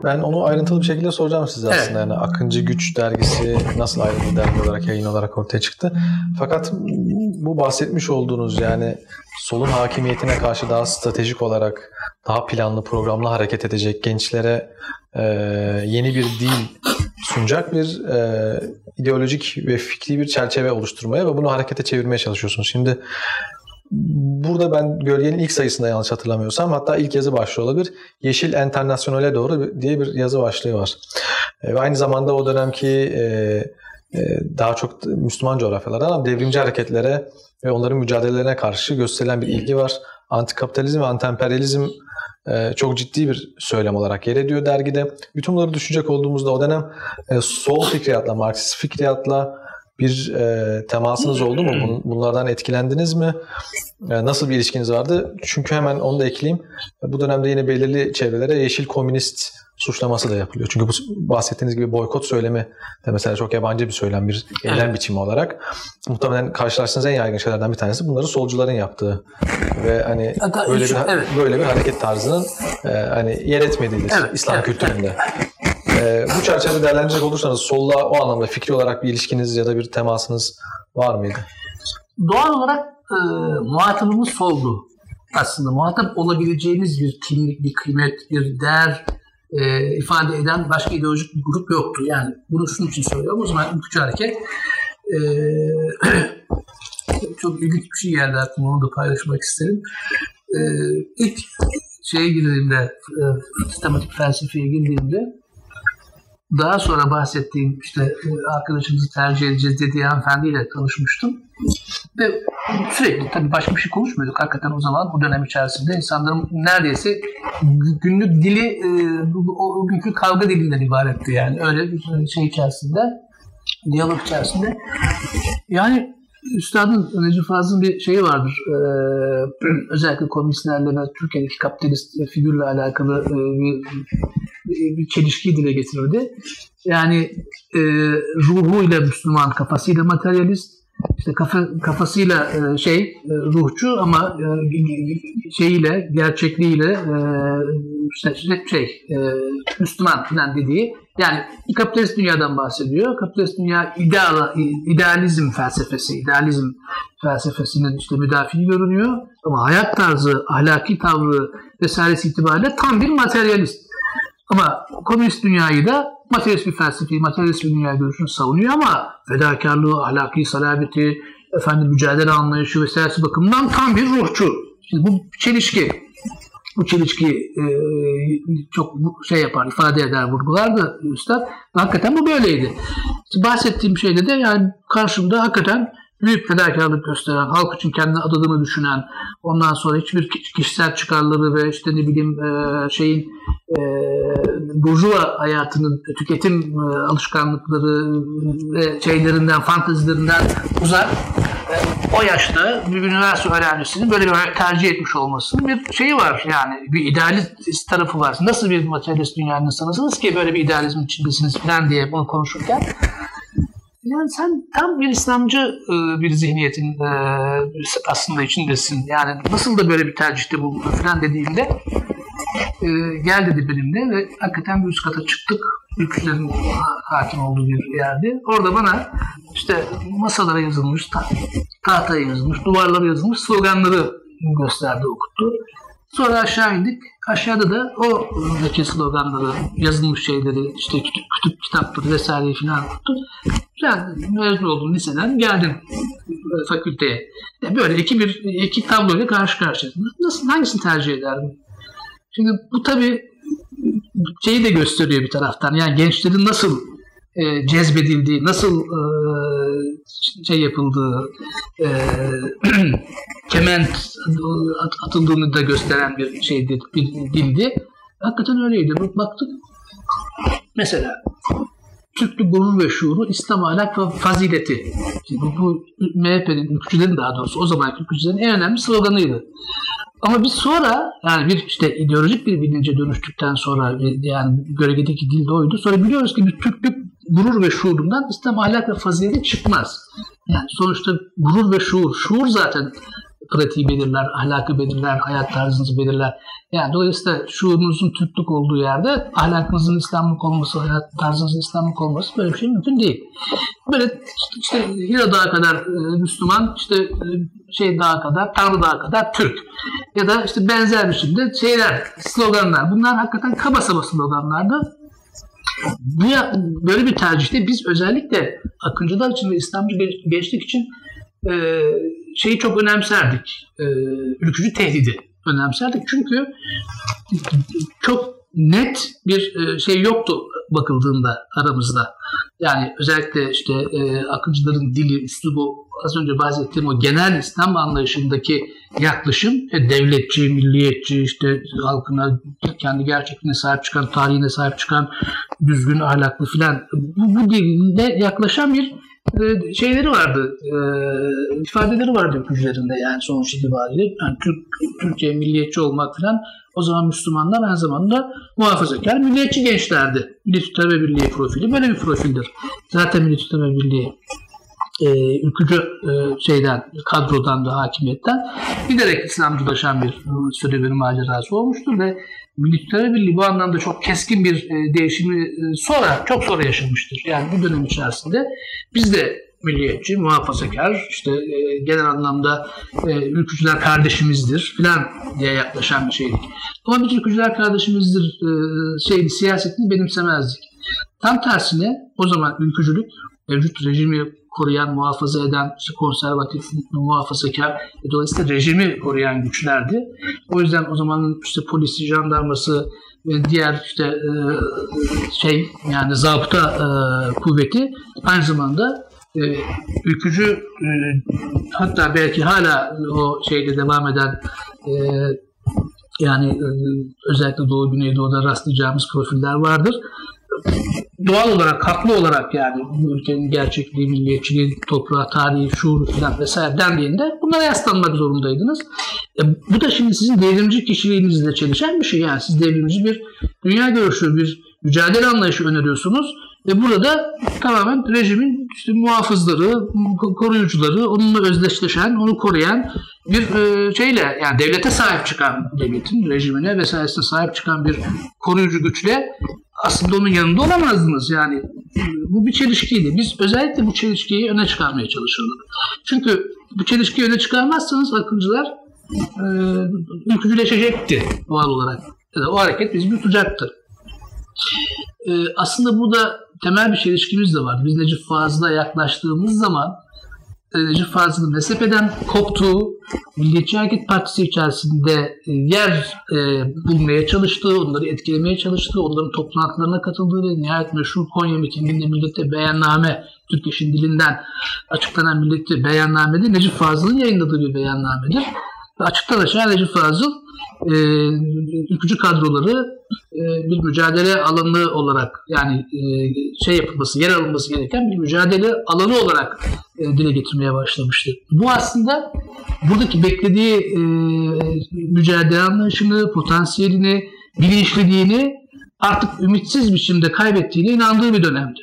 Ben onu ayrıntılı bir şekilde soracağım size aslında. Yani Akıncı Güç dergisi nasıl ayrı dergi olarak, yayın olarak ortaya çıktı. Fakat bu bahsetmiş olduğunuz yani solun hakimiyetine karşı daha stratejik olarak, daha planlı, programlı hareket edecek, gençlere yeni bir dil sunacak bir ideolojik ve fikri bir çerçeve oluşturmaya ve bunu harekete çevirmeye çalışıyorsunuz. Şimdi burada ben Gölge'nin ilk sayısında yanlış hatırlamıyorsam, hatta ilk yazı başlığı olabilir. Yeşil Enternasyonel'e doğru diye bir yazı başlığı var. Ve aynı zamanda o dönemki daha çok Müslüman coğrafyalardan ama devrimci hareketlere ve onların mücadelelerine karşı gösterilen bir ilgi var. Antikapitalizm ve anti-emperyalizm çok ciddi bir söylem olarak yer ediyor dergide. Bütün bunları düşünecek olduğumuzda o dönem sol fikriyatla, Marksist fikriyatla bir temasınız oldu mu? Bunlardan etkilendiniz mi? Nasıl bir ilişkiniz vardı? Çünkü hemen onu da ekleyeyim. Bu dönemde yine belirli çevrelere yeşil komünist suçlaması da yapılıyor. Çünkü bu bahsettiğiniz gibi boykot söylemi de mesela çok yabancı bir söylem, bir eylem biçimi olarak. Muhtemelen karşılaştığınız en yaygın şeylerden bir tanesi bunları solcuların yaptığı ve hani böyle bir hareket tarzının hani yer etmediğidir İslam kültüründe. Bu çerçevede değerlendirecek olursanız solla o anlamda fikri olarak bir ilişkiniz ya da bir temasınız var mıydı? Doğal olarak muhatabımız soldu. Aslında muhatap olabileceğimiz bir kimlik, bir kıymet, bir değer ifade eden başka ideolojik bir grup yoktu. Yani bunu şunun için söylüyorum. O zaman ülkücü hareket çok ilginç bir şey geldi aklıma, onu da paylaşmak isterim. İlk şeye girdiğimde, sistematik felsefeye girdiğimde, daha sonra bahsettiğim işte arkadaşımızı tercih edeceğiz dediği hanımefendiyle tanışmıştım. Ve sürekli tabii başka bir şey konuşmuyorduk. Hakikaten o zaman bu dönem içerisinde insanların neredeyse günlük dili o günkü kavga dilinden ibaretti yani. Öyle bir şey içerisinde, diyalog içerisinde. Yani Üstadın, Necip Fazıl'ın bir şeyi vardır. Özellikle komünistlerle Türkiye'deki kapitalist figürle alakalı bir çelişkiyi dile getirirdi. Yani ruhuyla Müslüman, kafasıyla materyalist, işte kafasıyla ruhçu ama şeyiyle, gerçekliğiyle Müslüman falan dediği, yani kapitalist dünyadan bahsediyor. Kapitalist dünya idealizm felsefesinin işte müdafini görünüyor ama hayat tarzı, ahlaki tavrı vesairesi itibariyle tam bir materyalist. Ama komünist dünyayı da materyalist bir felsefeyi, materyalist bir dünya görüşünü savunuyor ama fedakarlığı, ahlaki salabeti, mücadele anlayışı vesairesi bakımından tam bir ruhçu. Şimdi bu çelişki. Bu çelişki çok ifade eder, vurgular da Üstad. Hakikaten bu böyleydi. İşte bahsettiğim şeyde de yani karşımda hakikaten büyük fedakarlık gösteren, halk için kendine adadığını düşünen, ondan sonra hiçbir kişisel çıkarları ve işte burjuva hayatının tüketim alışkanlıkları ve şeylerinden, fantezilerinden uzak, o yaşta bir üniversite öğrencisinin böyle bir tercih etmiş olmasının bir şeyi var. Yani bir idealist tarafı var. Nasıl bir materyalist dünyanın insanısınız ki böyle bir idealizm içindesiniz falan diye bunu konuşurken, yani sen tam bir İslamcı bir zihniyetin aslında içindesin. Yani nasıl da böyle bir tercihte bulundun falan dediğimde gel dedi benimle ve hakikaten bir üst kata çıktık. Ülkücülerin hakim olduğu bir yerde. Orada bana işte masalara yazılmış, tahtaya yazılmış, duvarlara yazılmış sloganları gösterdi, okuttu. Sonra aşağı indik. Aşağıda da o sloganları, yazılmış şeyleri, işte kütüp kitapları vesaireyi falan okuttu. Ben mezun oldum liseden, geldim fakülteye. Böyle iki tabloyla karşı karşıya. Hangisini tercih ederdim? Şimdi bu tabii şeyi de gösteriyor bir taraftan. Yani gençlerin nasıl cezbedildiği, nasıl yapıldığı, kement atıldığını da gösteren bir şeydi, bir dildi. Hakikaten öyleydi. Baktık. Mesela Türklük gurur ve şuuru, İslam ahlak ve fazileti. Şimdi bu MHP'nin, ülkücülerin daha doğrusu o zamanki ülkücülerin en önemli sloganıydı. Ama biz sonra yani bir işte ideolojik bir bilince dönüştükten sonra yani bölgedeki dil de oydu. Sonra biliyoruz ki bir Türklük gurur ve şuurundan İslam ahlak ve fazileti çıkmaz. Yani sonuçta gurur ve şuur zaten pratiği belirler, ahlakı belirler, hayat tarzınızı belirler. Yani dolayısıyla şuurunuzun Türklük olduğu yerde ahlakınızın İslamlık olması, hayat tarzınızın İslamlık olması böyle bir şey mümkün değil. Böyle işte Hira Dağı kadar Müslüman, işte şey Dağı kadar, Tanrı Dağı kadar Türk. Ya da işte benzer biçimde şeyler, sloganlar. Bunlar hakikaten kaba saba sloganlardı. Böyle bir tercihte biz özellikle Akıncılar için ve İslamcı gençlik için şeyi çok önemserdik. Ülkücü tehdidi önemserdik. Çünkü çok net bir şey yoktu bakıldığında aramızda. Yani özellikle işte Akıncıların dili, üslubu, az önce bahsettiğim o genel İslam anlayışındaki yaklaşım, devletçi, milliyetçi, işte halkına, kendi gerçekliğine sahip çıkan, tarihine sahip çıkan, düzgün, ahlaklı filan, bu dille yaklaşan bir şeyleri vardı, ifadeleri vardı ülkücülerinde, yani sonuç itibariyle. Yani Türkiye milliyetçi olmak filan, o zaman Müslümanlar aynı zamanda muhafazakar, milliyetçi gençlerdi. Milli Talebe Birliği profili böyle bir profildir. Zaten Milli Talebe Birliği ülkücü kadrodan ve hakimiyetten giderek İslamcılaşan bir süre bir macerası olmuştur ve Milli Talebe Birliği bu anlamda çok keskin bir değişimi çok sonra yaşamıştır. Yani bu dönem içerisinde biz de milliyetçi, muhafazakar, işte genel anlamda ülkücüler kardeşimizdir filan diye yaklaşan bir şeydik. Ama biz ülkücüler kardeşimizdir siyasetini benimsemezdik. Tam tersine o zaman ülkücülük mevcut rejimi koruyan, muhafaza eden, işte konservatif, muhafazakar, dolayısıyla rejimi koruyan güçlerdi. O yüzden o zaman işte polisi, jandarması ve diğer işte yani zabıta kuvveti aynı zamanda ülkücü, hatta belki hala o şeyde devam eden yani özellikle Doğu Güneydoğu'da rastlayacağımız profiller vardır. Doğal olarak, haklı olarak yani bu ülkenin gerçekliği, milliyetçiliği, toprağı, tarihi, şuuru falan vesaire dendiğinde bunlara yaslanmak zorundaydınız. Bu da şimdi sizin devrimci kişiliğinizle çelişen bir şey. Yani siz devrimci bir dünya görüşü, bir mücadele anlayışı öneriyorsunuz ve burada tamamen rejimin işte muhafızları, koruyucuları, onunla özdeşleşen, onu koruyan bir şeyle, yani devlete sahip çıkan, devletin rejimine vesairesine sahip çıkan bir koruyucu güçle aslında onun yanında olamazdınız. Yani bu bir çelişkiydi. Biz özellikle bu çelişkiyi öne çıkarmaya çalışıyorduk. Çünkü bu çelişkiyi öne çıkarmazsanız Akıncılar ülkücüleşecekti doğal olarak. O hareket bizi yutacaktı. Aslında burada temel bir çelişkimiz de var. Biz Necip Fazıl'a yaklaştığımız zaman Necip Fazıl'ın mezhepten koptuğu, Milliyetçi Hareket Partisi içerisinde yer bulmaya çalıştığı, onları etkilemeye çalıştığı, onların toplantılarına katıldığı ve nihayet meşhur Konya mitinginde millete beyanname, Türk İş'in dilinden açıklanan millete beyannamede Necip Fazıl'ın yayınladığı bir beyannamedir. Ve açıktan aşağı Necip Fazıl ülkücü kadroları bir mücadele alanı olarak, yani yer alınması gereken bir mücadele alanı olarak dile getirmeye başlamıştı. Bu aslında buradaki beklediği mücadele anlayışını, potansiyelini, bilinçliliğini artık ümitsiz biçimde kaybettiğine inandığı bir dönemdi.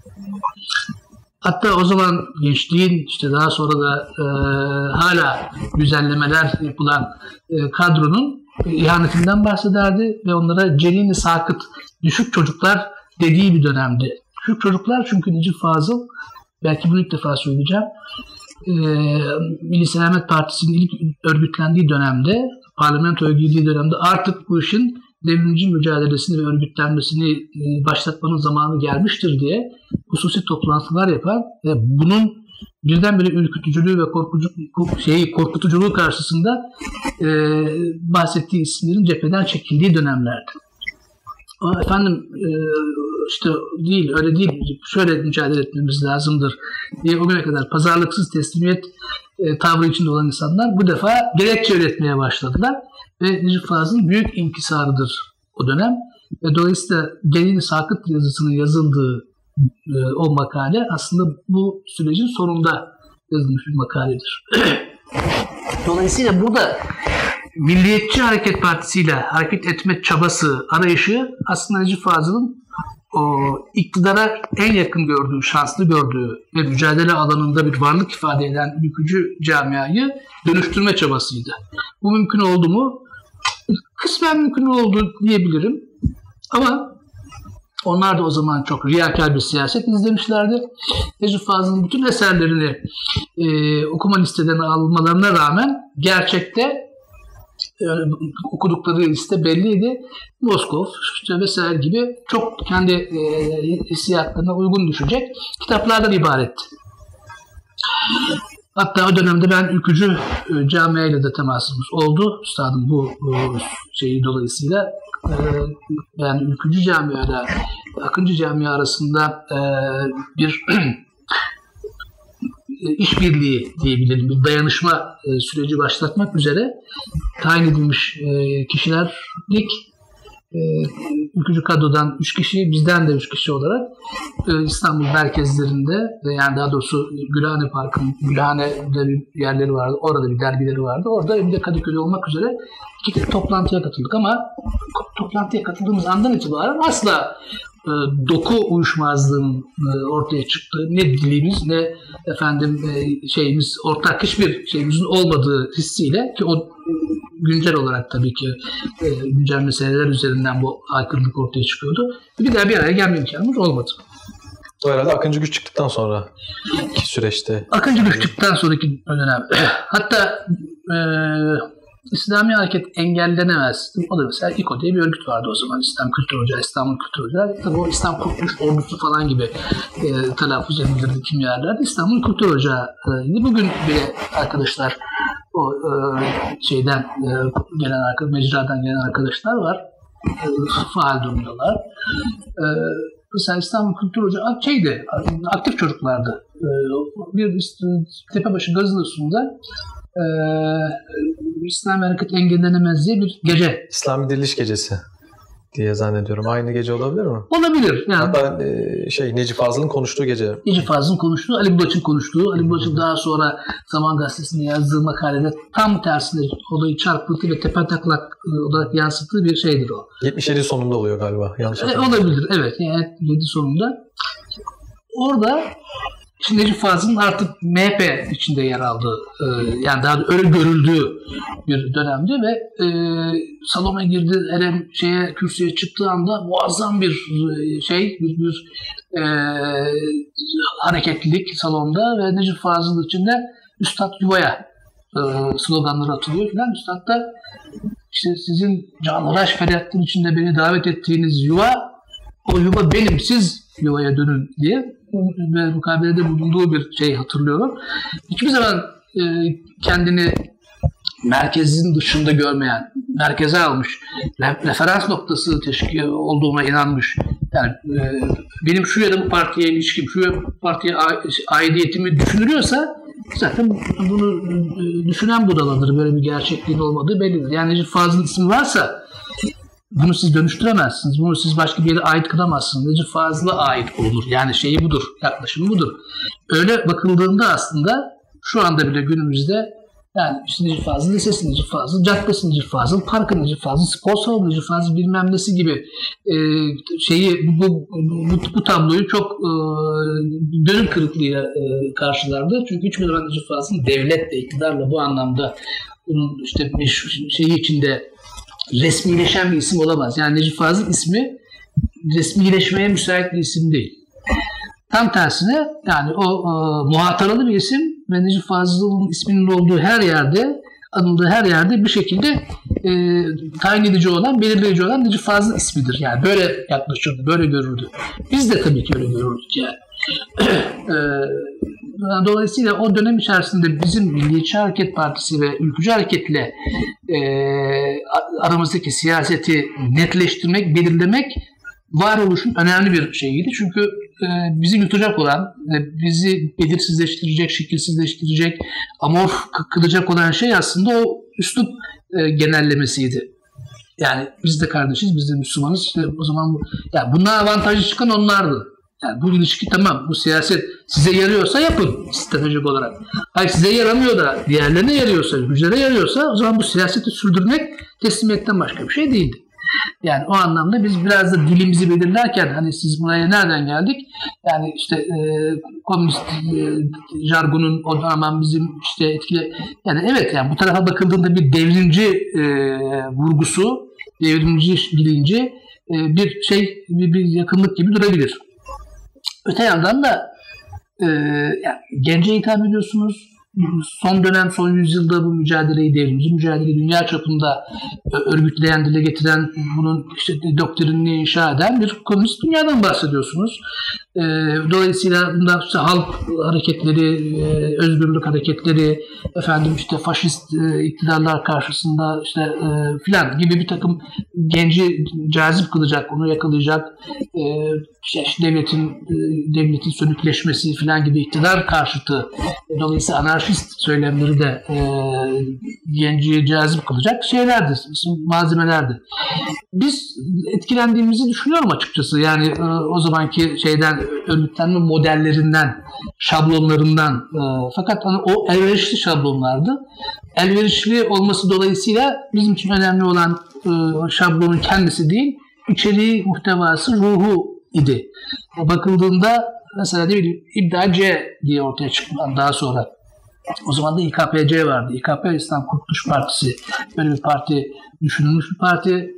Hatta o zaman gençliğin, işte daha sonra da hala güzellemeler yapılan kadronun ihanetinden bahsederdi ve onlara celini sakıt, düşük çocuklar dediği bir dönemdi. Düşük çocuklar çünkü Necip Fazıl, belki bunu ilk defa söyleyeceğim, Milli Selamet Partisi'nin ilk örgütlendiği dönemde, parlamentoya girdiği dönemde artık bu işin devrimci mücadelesini ve örgütlenmesini başlatmanın zamanı gelmiştir diye hususi toplantılar yapan ve bunun birdenbire ürkütücülüğü ve korkutuculuğu karşısında bahsettiği isimlerin cepheden çekildiği dönemlerdi. Efendim işte değil, öyle değil, şöyle mücadele etmemiz lazımdır diye o güne kadar pazarlıksız teslimiyet tavrı içinde olan insanlar bu defa gerekçe üretmeye başladılar ve Necip Fazıl'ın büyük inkisarıdır o dönem ve dolayısıyla Celil-i Sakıt yazısının yazıldığı o makale aslında bu sürecin sonunda yazılmış bir makaledir. Dolayısıyla burada Milliyetçi Hareket Partisi ile hareket etme çabası, arayışı aslında Necip Fazıl'ın iktidara en yakın gördüğü, şanslı gördüğü ve mücadele alanında bir varlık ifade eden ülkücü camiayı dönüştürme çabasıydı. Bu mümkün oldu mu? Kısmen mümkün oldu diyebilirim. Ama onlar da o zaman çok riyakar bir siyaset izlemişlerdi. Necip Fazıl'ın bütün eserlerini okuma listelerine almalarına rağmen gerçekte okudukları liste belliydi. Moskov işte vesaire gibi çok kendi hissiyatlarına uygun düşecek kitaplardan ibaretti. Hatta o dönemde ben ülkücü camiayla da temasımız oldu. Üstadın bu şeyi dolayısıyla yani ülkücü camiayla Akıncı camia arasında bir işbirliği diyebilirim, bir dayanışma süreci başlatmak üzere tayin edilmiş kişilerlik. Ülkücü kadrodan 3 kişi, bizden de 3 kişi olarak İstanbul merkezlerinde, yani daha doğrusu Gülhane Parkı'nın Gülhane'de bir yerleri vardı, orada bir dergileri vardı. Orada bir de Kadıköy'de olmak üzere 2 toplantıya katıldık ama toplantıya katıldığımız andan itibaren asla doku uyuşmazlığının ortaya çıktığı, ne dilimiz ne şeyimiz, ortak hiçbir şeyimizin olmadığı hissiyle, ki o güncel olarak tabii ki güncel meseleler üzerinden bu aykırılık ortaya çıkıyordu. Bir daha bir araya gelme imkanımız olmadı. O herhalde Akıncı Güç çıktıktan sonraki süreçte. Akıncı Güç çıktıktan sonraki dönem. Hatta İslami Hareket Engellenemez. O da mesela İKO diye bir örgüt vardı o zaman. İslam Kültür Ocağı, İstanbul Kültür Ocağı. Tabii o İslam Kurtuluş Ordusu falan gibi telaffuz edilirdi kimi yerlerde. İstanbul Kültür Ocağı. Bugün bile arkadaşlar o şeyden gelen mecradan gelen arkadaşlar var. Faal durumdalar. Mesela İstanbul Kültür Ocağı aktif çocuklardı. Bir Tepebaşı Gazinosu'nda İslami Hareket Engellenemez diye bir gece. İslami Diriliş Gecesi diye zannediyorum. Aynı gece olabilir mi? Olabilir. Yani. Hatta Necip Fazıl'ın konuştuğu gece. Necip Fazıl'ın konuştuğu, Ali Bulaç'ın konuştuğu. Ali Bulaç'ın daha sonra Zaman Gazetesi'nde yazdığı makalede tam tersine olayı çarpıtı ve tepetaklak olarak yansıttığı bir şeydir o. 77 sonunda oluyor galiba. Yanlış hatırlamıyorum. Olabilir. Evet. Yani 77 sonunda. Orada şimdi Necip Fazıl'ın artık MHP içinde yer aldığı, yani daha öyle görüldüğü bir dönemde ve salona girdi, kürsüye çıktığı anda muazzam bir hareketlilik salonda ve Necip Fazıl içinde Üstad Yuva'ya sloganları atılıyor filan. Üstad da işte sizin canhıraş feryatların içinde beni davet ettiğiniz yuva, o yuva benim, siz yuvaya dönün diye ve mukabelede bulunduğu bir şey hatırlıyorum. Hiçbir zaman kendini merkezin dışında görmeyen, merkeze almış, referans noktası teşkil olduğuna inanmış. Yani benim şu ya da bu partiye ilişkim, şu partiye aidiyetimi düşünülüyorsa zaten bunu düşünen budalanır. Böyle bir gerçekliğin olmadığı bellidir. Yani Necip Fazıl'ın ismi varsa bunu siz dönüştüremezsiniz. Bunu siz başka bir yere ait kılamazsınız. Necip Fazıl'a ait olunur. Yani şeyi budur, yaklaşımı budur. Öyle bakıldığında aslında şu anda bile günümüzde yani işte Necip Fazıl Lisesi, Necip Fazıl Caddesi, Necip Fazıl Parkı, Necip Fazıl Spor Salonu, Necip Fazıl bilmem nesi gibi bu tabloyu çok gönül kırıklığıyla karşılardı. Çünkü hiçbir zaman Necip Fazıl'ın devletle, iktidarla bu anlamda bunun işte şeyi içinde resmileşen bir isim olamaz. Yani Necip Fazıl ismi resmileşmeye müsait bir isim değil. Tam tersine yani o muhataralı bir isim ve Necip Fazıl'ın isminin olduğu her yerde, anıldığı her yerde bir şekilde tayin edici olan, belirleyici olan Necip Fazıl ismidir. Yani böyle yaklaşırdı, böyle görürdü. Biz de tabii ki öyle görürdük yani. Dolayısıyla o dönem içerisinde bizim Milliyetçi Hareket Partisi ve Ülkücü Hareket'le aramızdaki siyaseti netleştirmek, belirlemek varoluşun önemli bir şeyiydi. Çünkü bizi yutacak olan, bizi belirsizleştirecek, şekilsizleştirecek, amorf kılacak olan şey aslında o üslup genellemesiydi. Yani biz de kardeşiz, biz de Müslümanız. İşte o zaman yani bundan avantajlı çıkan onlardı. Yani bu ilişki tamam, bu siyaset size yarıyorsa yapın stratejik olarak. Hayır size yaramıyor da diğerlerine yarıyorsa, hücrelere yarıyorsa o zaman bu siyaseti sürdürmek teslimiyetten başka bir şey değildi. Yani o anlamda biz biraz da dilimizi belirlerken hani siz buraya nereden geldik? Yani işte komünist jargonun o zaman bizim işte etkili, yani evet, yani bu tarafa bakıldığında bir devrimci vurgusu, devrimci bilinci bir bir yakınlık gibi durabilir. Öte yandan da yani gence hitap ediyorsunuz. Son dönem, son yüzyılda bu mücadeleyi, devrimci mücadeleyi dünya çapında örgütleyen, dile getiren, bunun işte doktrinini inşa eden bir komünist dünyadan bahsediyorsunuz. Dolayısıyla bundan işte halk hareketleri, özgürlük hareketleri, efendim işte faşist iktidarlar karşısında işte filan gibi bir takım genci cazip kılacak, onu yakalayacak, devletin sönükleşmesi filan gibi iktidar karşıtı, dolayısıyla anarşist söylemleri de genci cazip kılacak şeylerdi, malzemelerdi. Biz etkilendiğimizi düşünüyorum açıkçası. Yani o zamanki örgütlenme modellerinden, şablonlarından. Fakat hani o elverişli şablonlardı. Elverişli olması dolayısıyla bizim için önemli olan şablonun kendisi değil, içeriği, muhtevası, ruhu idi. Bakıldığında mesela ne bileyim İddia-C diye ortaya çıktı daha sonra. O zaman da İKPC vardı. İKP, İslam Kurtuluş Partisi. Böyle bir parti, düşünülmüş bir parti.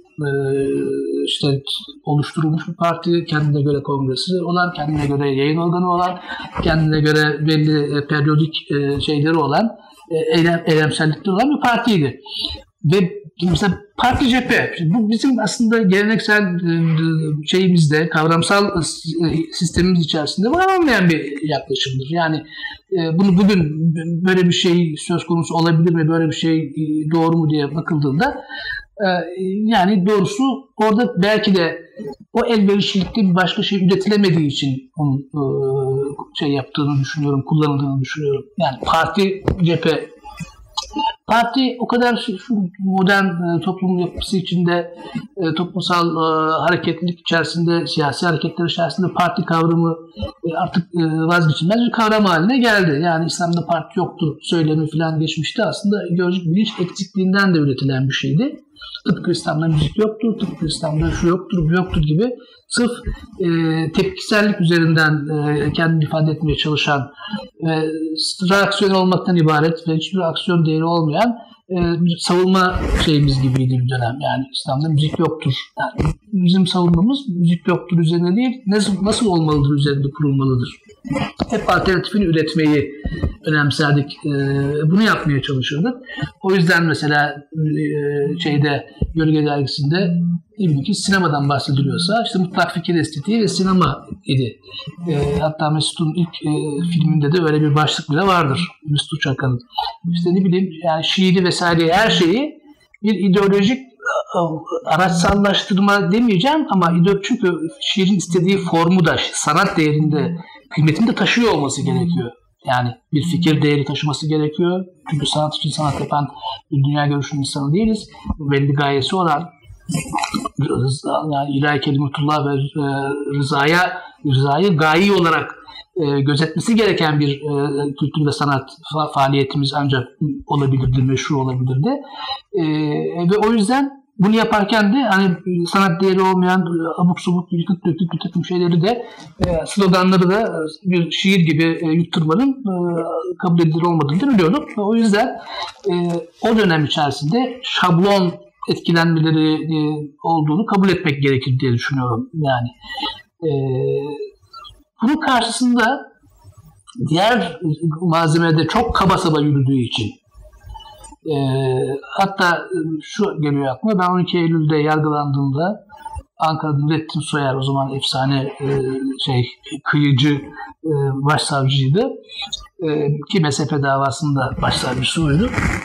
İşte oluşturulmuş bir parti, kendine göre kongresi olan, kendine göre yayın organı olan, kendine göre belli periyodik şeyleri olan, eylemsellikleri olan bir partiydi. Ve mesela parti cephe, bu bizim aslında geleneksel şeyimizde, kavramsal sistemimiz içerisinde var olmayan bir yaklaşımdır. Yani bunu bugün böyle bir şey söz konusu olabilir mi, böyle bir şey doğru mu diye bakıldığında, yani doğrusu orada belki de o elverişlilikte bir başka şey üretilemediği için onun yaptığını düşünüyorum, kullanıldığını düşünüyorum. Yani parti cephe, parti o kadar şu modern toplum yapısı içinde, toplumsal hareketlilik içerisinde, siyasi hareketler içerisinde parti kavramı artık vazgeçilmez bir kavram haline geldi. Yani İslam'da parti yoktur söylemi falan geçmişti. Aslında ideolojik bilinç eksikliğinden de üretilen bir şeydi. Tıpkı İslam'da müzik yoktur, tıpkı İslam'da şu yoktur, bu yoktur gibi sırf tepkisellik üzerinden kendini ifade etmeye çalışan, reaksiyon olmaktan ibaret ve hiçbir aksiyon değeri olmayan bir savunma şeyimiz gibiydi bir dönem. Yani İslam'da müzik yoktur. Yani bizim savunmamız müzik yoktur üzerine değil, nasıl olmalıdır üzerinde kurulmalıdır. Hep alternatifini üretmeyi önemserdik. Bunu yapmaya çalışırdık. O yüzden mesela Gölge Dergisi'nde diyelim ki sinemadan bahsediliyorsa işte mutlak fikir estetiği ve sinema idi. Hatta Mesut'un ilk filminde de öyle bir başlık bile vardır. Mesut Uçakan'ın. İşte ne bileyim, yani şiiri vesaire her şeyi bir ideolojik araçsallaştırma demeyeceğim ama çünkü şiirin istediği formu da sanat değerinde, kıymetini de taşıyor olması gerekiyor. Yani bir fikir değeri taşıması gerekiyor. Çünkü sanat için sanat yapan bir dünya görüşünün insanı değiliz. Belli gayesi olan, yani ilahi kelimetullah ve rızayı gayi olarak gözetmesi gereken bir kültür ve sanat faaliyetimiz ancak olabilirdi, meşru olabilirdi. Ve o yüzden bunu yaparken de hani sanat değeri olmayan abuk subuk, yıkık dökük bir takım şeyleri de sloganları da bir şiir gibi yutturmanın kabul edilir olmadığını biliyorduk. O yüzden o dönem içerisinde şablon etkilenmeleri olduğunu kabul etmek gerekir diye düşünüyorum. Yani bunun karşısında diğer malzemede çok kaba saba yürüdüğü için, hatta şu geliyor aklıma, ben 12 Eylül'de yargılandığımda Ankara'da Nurettin Soyer, o zaman efsane kıyıcı başsavcıydı, ki MSP davasında başsavcısı oydu.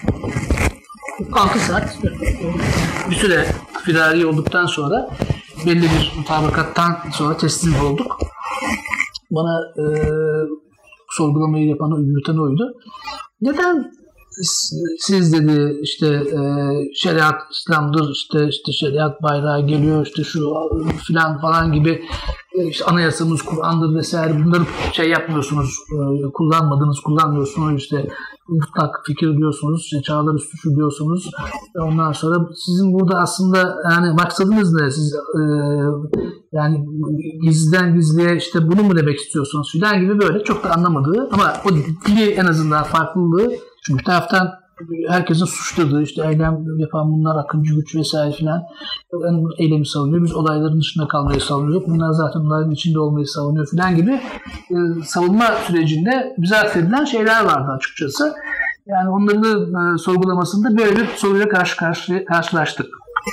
6 saat bir süre firari olduktan sonra belli bir mutabakattan sonra teslim olduk. Bana sorgulamayı yürüten oydu. Neden siz dedi işte şeriat İslam'dır, işte şeriat bayrağı geliyor, işte şu filan falan gibi, işte anayasamız Kur'an'dır vesaire, bunları yapmıyorsunuz, kullanmıyorsunuz, işte mutlak fikir diyorsunuz, işte çağlar üstü diyorsunuz. Ondan sonra sizin burada aslında yani maksadınız ne? Siz yani gizliden gizliye işte bunu mu demek istiyorsunuz filan gibi böyle çok da anlamadığı ama o dili en azından farklılığı, çünkü bir taraftan herkesin suçladığı işte eylem yapan bunlar akıncı güç vesaire filan, eylemi savunuyor. Biz olayların dışında kalmayı savunuyoruz. Bunlar zaten olayların içinde olmayı savunuyor filan gibi savunma sürecinde bize atfedilen şeyler vardı açıkçası. Yani onların sorgulamasında böyle bir soruyla karşılaştık.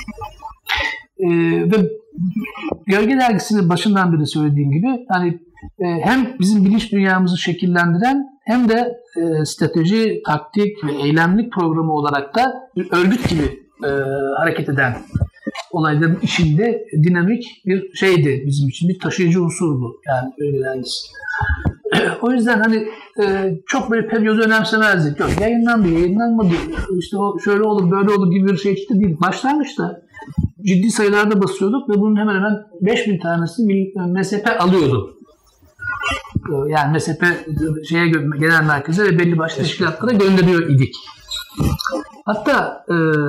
Ve Gölge Dergisi'nin başından beri söylediğim gibi hani hem bizim bilinç dünyamızı şekillendiren hem de strateji, taktik ve eylemlik programı olarak da bir örgüt gibi hareket eden olayların içinde dinamik bir şeydi bizim için, bir taşıyıcı unsurdu yani Gölge Dergisi. O yüzden hani çok böyle periyodu önemsemezdik. Yok, yayınlandı, yayınlanmadı, işte o şöyle olur, böyle olur gibi bir şey işte değil. Başlangıçta ciddi sayılarda basıyorduk ve bunun hemen hemen 5000 tanesi MSP alıyordu. Yani MSP genel merkeze ve belli başlı teşkilatlara gönderiyor idik. Hatta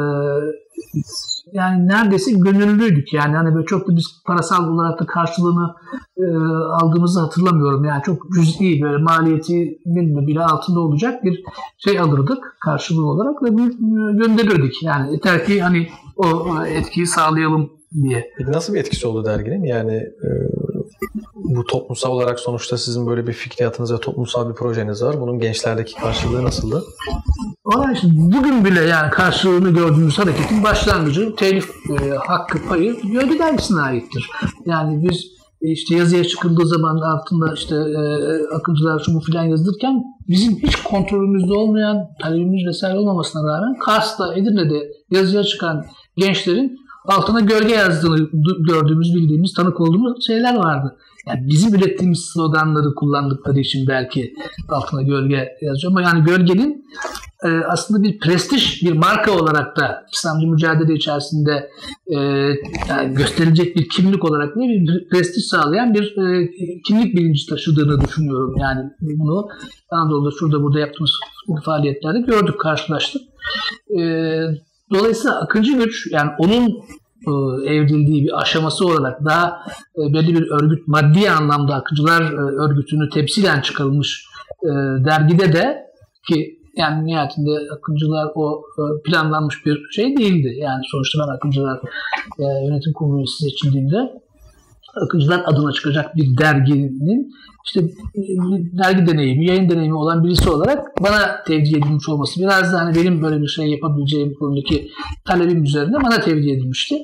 yani neredeyse gönüllüydük yani hani böyle çok da biz parasal olarak da karşılığını aldığımızı hatırlamıyorum. Yani çok cüz'i böyle maliyetinin bile altında olacak bir şey alırdık karşılığı olarak ve bunu gönderirdik. Yani yeter ki hani o etkiyi sağlayalım diye. Nasıl bir etkisi oldu derginin? Yani bu toplumsal olarak sonuçta sizin böyle bir fikriyatınız ve toplumsal bir projeniz var. Bunun gençlerdeki karşılığı nasıldı? Vallahi işte bugün bile yani karşılığını gördüğümüz hareketin başlangıcı telif hakkı payı Gölge Dergisi'ne aittir. Yani biz işte yazıya çıkıldığı zaman altında işte akıncılar şu bu filan yazılırken bizim hiç kontrolümüzde olmayan, talebimiz vesaire olmamasına rağmen Kars'ta, Edirne'de yazıya çıkan gençlerin altına gölge yazdığını gördüğümüz, bildiğimiz, tanık olduğumuz şeyler vardı. Yani bizim ürettiğimiz sloganları kullandıkları için belki altına gölge yazıyor ama yani gölgenin aslında bir prestij, bir marka olarak da İslamcı mücadele içerisinde yani gösterilecek bir kimlik olarak ne bir prestij sağlayan bir kimlik bilinci taşıdığını düşünüyorum. Yani bunu Anadolu'da şurada burada yaptığımız faaliyetlerde gördük, karşılaştık. Dolayısıyla akıncı güç yani onun evrildiği bir aşaması olarak daha belli bir örgüt, maddi anlamda akıncılar örgütünü temsilen çıkarılmış dergide de ki yani nihayetinde akıncılar o planlanmış bir şey değildi. Yani sonuçta ben akıncılar yönetim kurulu seçildiğimde akıncılar adına çıkacak bir derginin işte dergi deneyimi, yayın deneyimi olan birisi olarak bana tevdi edilmiş olması biraz da hani benim böyle bir şey yapabileceğim konudaki talebim üzerine bana tevdi edilmişti.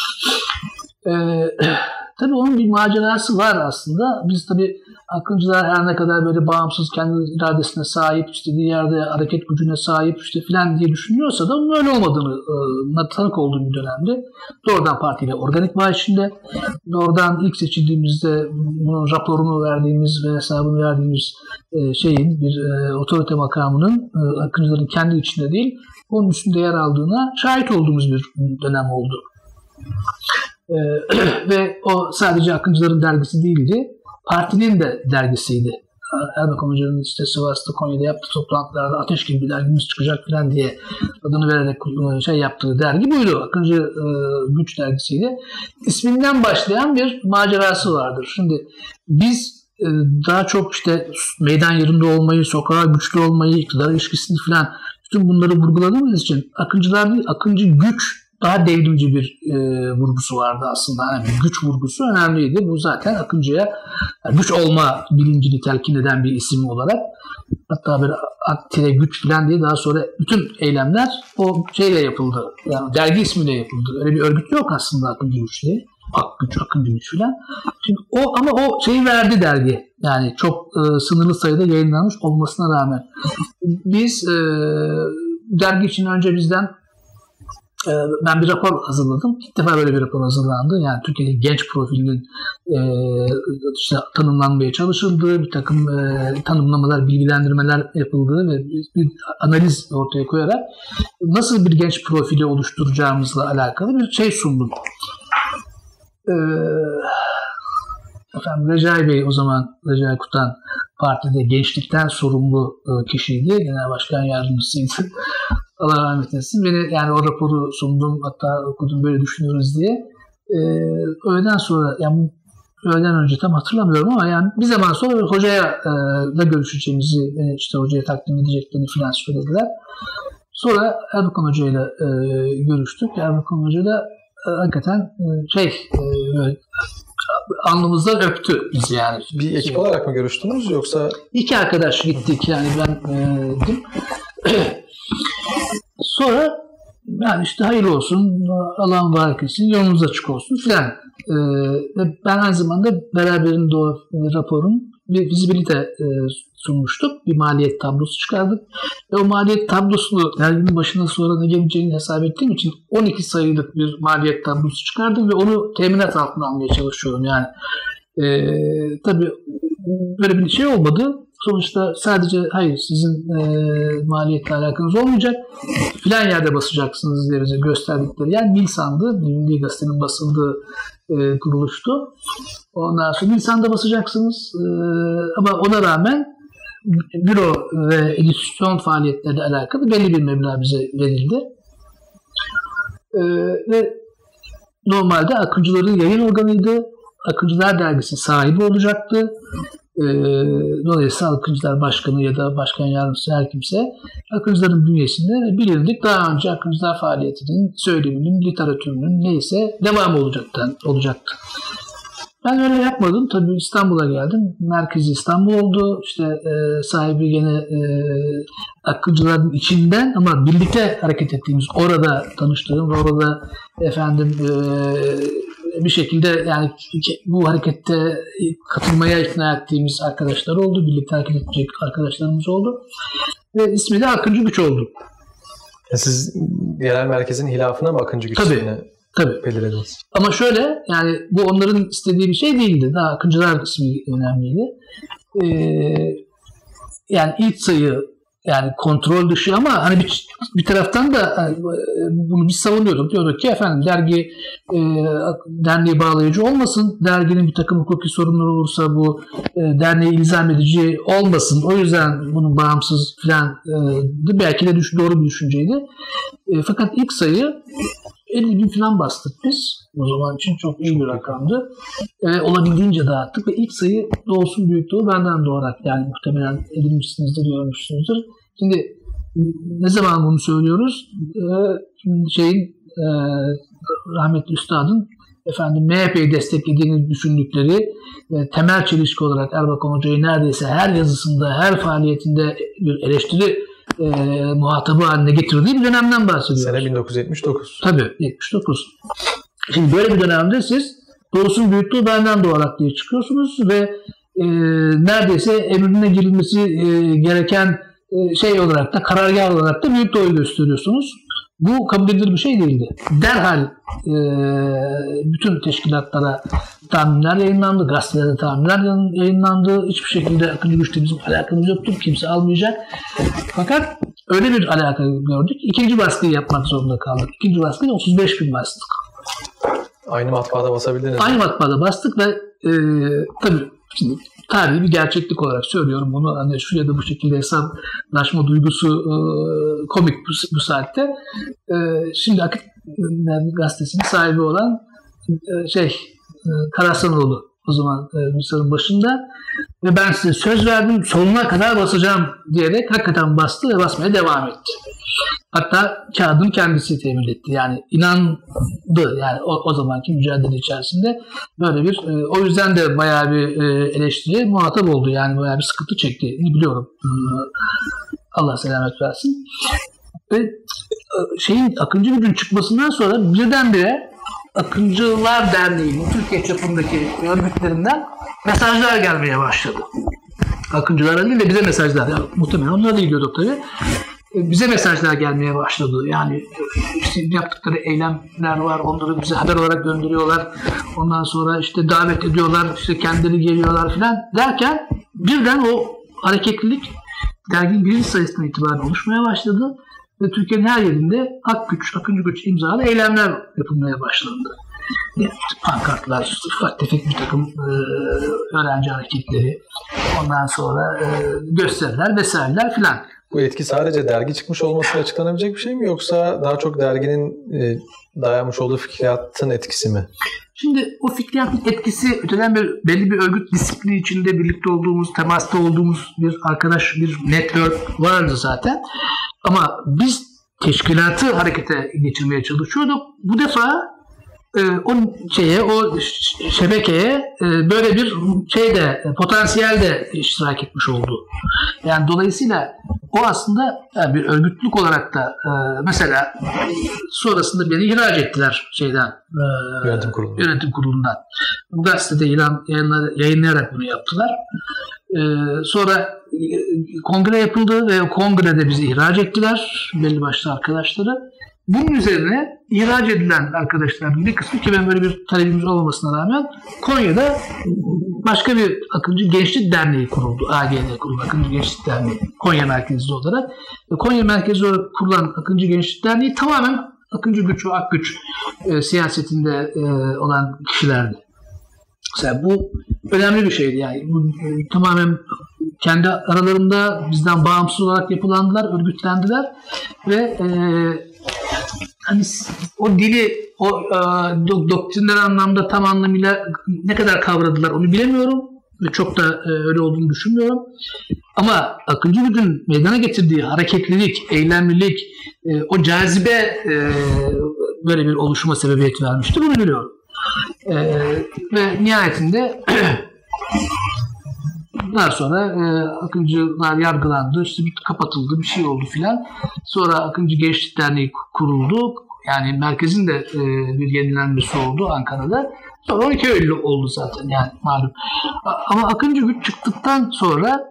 Tabii onun bir macerası var aslında. Biz tabii akıncılar her ne kadar böyle bağımsız, kendi iradesine sahip, istediği yerde hareket gücüne sahip işte filan diye düşünüyorsa da onun öyle olmadığını tanık olduğum bir dönemde doğrudan partiyle organik bağ içinde, doğrudan ilk seçildiğimizde bunun raporunu verdiğimiz ve hesabını verdiğimiz şeyin bir otorite makamının akıncıların kendi içinde değil, onun üstünde yer aldığına şahit olduğumuz bir dönem oldu. Ve o sadece akıncıların dergisi değildi. Partinin de dergisiydi. Erbakan Hoca'nın işte Sivas'ta, Konya'da yaptığı toplantılarda ateş gibi bir dergimiz çıkacak falan diye adını vererek şey yaptığı dergi buydu. Akıncı Güç dergisiydi. İsminden başlayan bir macerası vardır. Şimdi biz daha çok işte meydan yerinde olmayı, sokağa güçlü olmayı, iktidar ilişkisini falan bütün bunları vurguladığımız için akıncılar değil, akıncı güç daha devrimci bir vurgusu vardı aslında. Yani güç vurgusu önemliydi. Bu zaten akıncıya yani güç olma bilincini telkin eden bir isim olarak. Hatta bir aktive güç falan diye daha sonra bütün eylemler o şeyle yapıldı. Yani dergi ismiyle yapıldı. Öyle bir örgüt yok aslında akıncı güç diye. Akıncı güç falan. Şimdi ama o şeyi verdi dergi. Yani çok sınırlı sayıda yayınlanmış olmasına rağmen. Biz dergi için önce bizden ben bir rapor hazırladım. İlk defa böyle bir rapor hazırlandı. Yani Türkiye'de genç profilinin işte tanımlanmaya çalışıldığı, bir takım tanımlamalar, bilgilendirmeler yapıldığı ve bir analiz ortaya koyarak nasıl bir genç profili oluşturacağımızla alakalı bir şey sundum. Efendim Recai Bey, o zaman Recai Kutan partide gençlikten sorumlu kişiydi. Genel başkan yardımcısıydı. Allah rahmet eylesin. Beni yani o raporu sundum, hatta okudum, böyle düşünüyoruz diye. Öğleden sonra, yani öğleden önce tam hatırlamıyorum ama yani bir zaman sonra hocaya da görüşeceğimizi, işte hocaya takdim edeceklerini falan söylediler. Sonra Erbakan Hoca'yla görüştük. Erbakan Hoca da hakikaten alnımızdan öptü bizi yani. Bir ekip olarak mı görüştünüz yoksa? 2 arkadaş gittik yani, ben gittim. Sonra yani işte hayırlı olsun, Allah'ın mübarek etsin, yolunuz açık olsun filan. Ben aynı zamanda beraberinde o raporun bir vizibilite sunmuştuk. Bir maliyet tablosu çıkardık. Ve o maliyet tablosunu derginin başına sonra ne geleceğini hesap ettiğim için 12 sayılık bir maliyet tablosu çıkardım ve onu teminat altına almaya çalışıyorum. Yani tabii böyle bir şey olmadı. Sonuçta sadece hayır sizin maliyetle alakanız olmayacak, filan yerde basacaksınız diye bize gösterdikleri yer Nilsan'dı. Milli Gazete'nin basıldığı kuruluştu. Ondan sonra Nilsan'da basacaksınız ama ona rağmen büro ve edisyon faaliyetleriyle alakalı belli bir meblağ bize verildi. Ve normalde Akıncıların yayın organıydı. Akıncılar Dergisi sahibi olacaktı. Dolayısıyla Akıncılar Başkanı ya da Başkan Yardımcısı her kimse Akıncıların bünyesinde bilindik. Daha önce Akıncılar faaliyetinin, söyleminin, literatürünün neyse devamı olacaktı. Ben öyle yapmadım. Tabii İstanbul'a geldim. Merkezi İstanbul oldu. İşte sahibi gene Akıncıların içinden ama birlikte hareket ettiğimiz, orada tanıştığım ve orada bir şekilde yani bu harekette katılmaya ikna ettiğimiz arkadaşlar oldu. Birlikte hareket edecek arkadaşlarımız oldu. Ve ismi de Akıncı Güç oldu. Siz yerel merkezin hilafına mı Akıncı Güç ismini belirlediniz? Ama şöyle, yani bu onların istediği bir şey değildi. Daha Akıncılar ismi önemliydi. Yani ilk sayı yani kontrol dışı ama hani bir taraftan da bunu biz savunuyorduk. Diyorduk ki efendim dergi derneği bağlayıcı olmasın. Derginin bir takım hukuki sorunları olursa bu derneği ilzam edici olmasın. O yüzden bunun bağımsız falan belki de doğru bir düşünceydi. Fakat ilk sayı 50 bin falan bastık biz. O zaman için çok iyi bir rakamdı. Olabildiğince dağıttık ve ilk sayı Doğusun Büyükdoğu benden doğarak, yani muhtemelen edinmişsinizdir, görmüşsünüzdür. Şimdi ne zaman bunu söylüyoruz? Rahmetli Üstad'ın MHP'yi desteklediğini düşündükleri temel çelişki olarak Erbakan Hoca'yı neredeyse her yazısında, her faaliyetinde bir eleştiri muhatabı haline getirdiği bir dönemden bahsediyoruz. Sene 1979. Tabii 79. Şimdi böyle bir dönemde siz Doğusun Büyüklüğü benden doğarak diye çıkıyorsunuz ve neredeyse emrine girilmesi gereken şey olarak da, karargah olarak da Büyük Doğu'yu gösteriyorsunuz. Bu kabul edilir bir şey değildi. Derhal bütün teşkilatlara tahminler yayınlandı, gazetelerde tahminler yayınlandı. Hiçbir şekilde Akıncı Güç'te bizim alakamız yoktur, kimse almayacak. Fakat öyle bir alaka gördük. İkinci baskıyı yapmak zorunda kaldık. İkinci baskıyı 35 bin bastık. Aynı matbaada basabildiniz mi? Aynı matbaada bastık ve tabii şimdi tarihi bir gerçeklik olarak söylüyorum bunu. Hani şu ya da bu şekilde hesaplaşma duygusu komik bu saatte. Şimdi Akit gazetesinin sahibi olan Karasanoğlu o zaman Müsa'nın başında ve ben size söz verdim, sonuna kadar basacağım diyerek hakikaten bastı ve basmaya devam etti. Hatta kağıdın kendisi temin etti. Yani inandı. Yani o zamanki mücadele içerisinde böyle bir o yüzden de bayağı bir eleştiriye muhatap oldu. Yani bayağı bir sıkıntı çektiğini biliyorum. Allah selamet versin. Ve Akıncı Gücü'nün çıkmasından sonra birdenbire Akıncılar Derneği'nin Türkiye çapındaki örgütlerinden mesajlar gelmeye başladı. Akıncılara değil de bize mesajlar. Yani, muhtemelen onlara da gidiyorduk tabii. Bize mesajlar gelmeye başladı. Yani işte yaptıkları eylemler var. Onları bize haber olarak gönderiyorlar. Ondan sonra işte davet ediyorlar. İşte kendileri geliyorlar falan derken birden o hareketlilik derginin birinci sayısından itibaren oluşmaya başladı. Ve Türkiye'nin her yerinde Akıncı Güç imzalı eylemler yapılmaya başlandı. Pankartlar, ufak tefek bir takım öğrenci hareketleri, ondan sonra gösteriler vesaireler filan. Bu etki sadece dergi çıkmış olmasıyla açıklanabilecek bir şey mi, yoksa daha çok derginin dayanmış olduğu fikriyatın etkisi mi? Şimdi o fikriyatın etkisi öteden belli bir örgüt disiplini içinde birlikte olduğumuz, temasta olduğumuz bir arkadaş, bir network vardı zaten. Ama biz teşkilatı harekete geçirmeye çalışıyorduk. Bu defa o şebekeye böyle bir potansiyel de iştirak etmiş oldu. Yani dolayısıyla o aslında bir örgütlük olarak da mesela sonrasında beni ihraç ettiler yönetim kurulundan. Bu gazetede yayınlayarak bunu yaptılar. Sonra kongre yapıldı ve o kongrede bizi ihraç ettiler, belli başlı arkadaşları. Bunun üzerine ihraç edilen arkadaşların bir kısmı, ki ben böyle bir talebimiz olmamasına rağmen, Konya'da başka bir Akıncı Gençlik Derneği kuruldu. AGD kuruldu, Akıncı Gençlik Derneği. Konya merkezli olarak. Konya merkezli olarak kurulan Akıncı Gençlik Derneği tamamen Akıncı Güç ve Akgüç siyasetinde olan kişilerdi. Mesela bu önemli bir şeydi yani. Bu, tamamen kendi aralarında bizden bağımsız olarak yapılandılar, örgütlendiler ve hani o dili, o doktrinler anlamda tam anlamıyla ne kadar kavradılar onu bilemiyorum ve çok da öyle olduğunu düşünmüyorum. Ama Akıncı Güç'ün meydana getirdiği hareketlilik, eylemlilik, o cazibe böyle bir oluşuma sebebiyet vermişti, bunu biliyorum. Ve nihayetinde daha sonra Akıncılar yargılandı, işte kapatıldı, bir şey oldu filan. Sonra Akıncı Gençlik Derneği kuruldu. Yani merkezin de bir yenilenmesi oldu Ankara'da. Sonra 12 Eylül oldu zaten yani malum. Ama Akıncı Güç çıktıktan sonra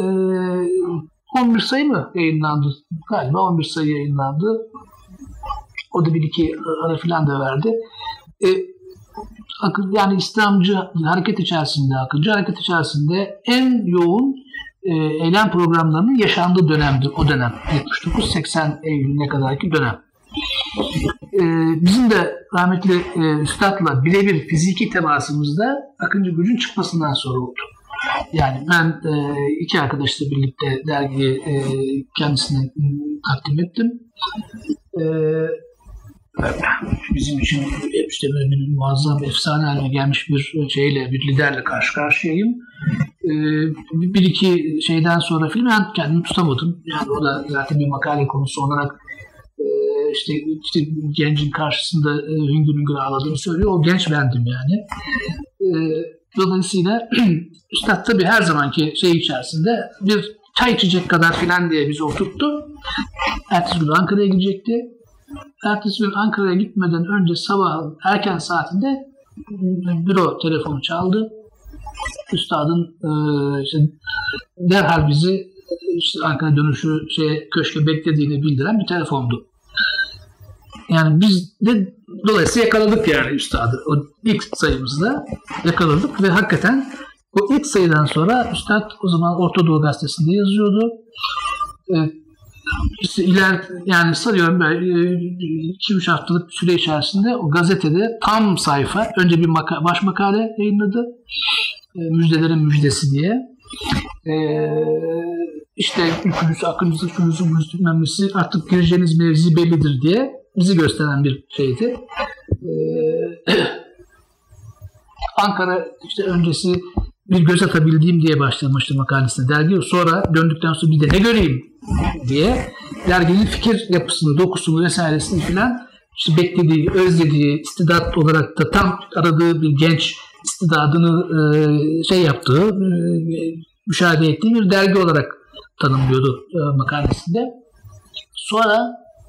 11 sayı mı yayınlandı? Galiba 11 sayı yayınlandı. O da bir iki ara filan da verdi. Yani İslamcı hareket içerisinde, Akıncı hareket içerisinde en yoğun eylem programlarının yaşandığı dönemdir o dönem. 79-80 Eylül'üne kadarki dönem. Bizim de rahmetli Üstad'la birebir fiziki temasımızda Akıncı Güç'ün çıkmasından sonra oldu. Yani ben iki arkadaşla birlikte dergiyi kendisine takdim ettim. Bizim için işte böyle bir muazzam efsane haline gelmiş bir liderle karşı karşıyayım. Bir iki şeyden sonra film ben kendimi tutamadım. Yani o da zaten bir makale konusu olarak işte gencin karşısında hüngür hüngür ağladığını söylüyor. O genç bendim yani. Dolayısıyla Üstad tabii her zamanki içerisinde bir çay içecek kadar filan diye bizi oturttu. Ertesi gün Ankara'ya gidecekti. Ertesi gün Ankara'ya gitmeden önce sabah erken saatinde büro telefonu çaldı. Üstadın derhal bizi Ankara dönüşü köşke beklediğini bildiren bir telefondu. Yani biz de dolayısıyla yakaladık yani Üstad'ı. O ilk sayımızda yakaladık ve hakikaten o ilk sayıdan sonra Üstad o zaman Orta Doğu Gazetesi'nde yazıyordu. İşte yani sanıyorum böyle 2-3 haftalık bir süre içerisinde o gazetede tam sayfa önce bir baş makale yayınladı. Müjdelerin müjdesi diye. İşte ülkücüsü, akıncısı, şunusu, müslümanlısı artık gireceğiniz mevzi bellidir diye bizi gösteren bir şeydi. Ankara işte öncesi bir göz atabildiğim diye başlamıştı makalesine dergi. Sonra döndükten sonra bir de ne göreyim diye derginin fikir yapısını, dokusunu vesairesini filan işte beklediği, özlediği, istidat olarak da tam aradığı bir genç istidadını yaptığı, müşahede ettiği bir dergi olarak tanımlıyordu makalesinde. Sonra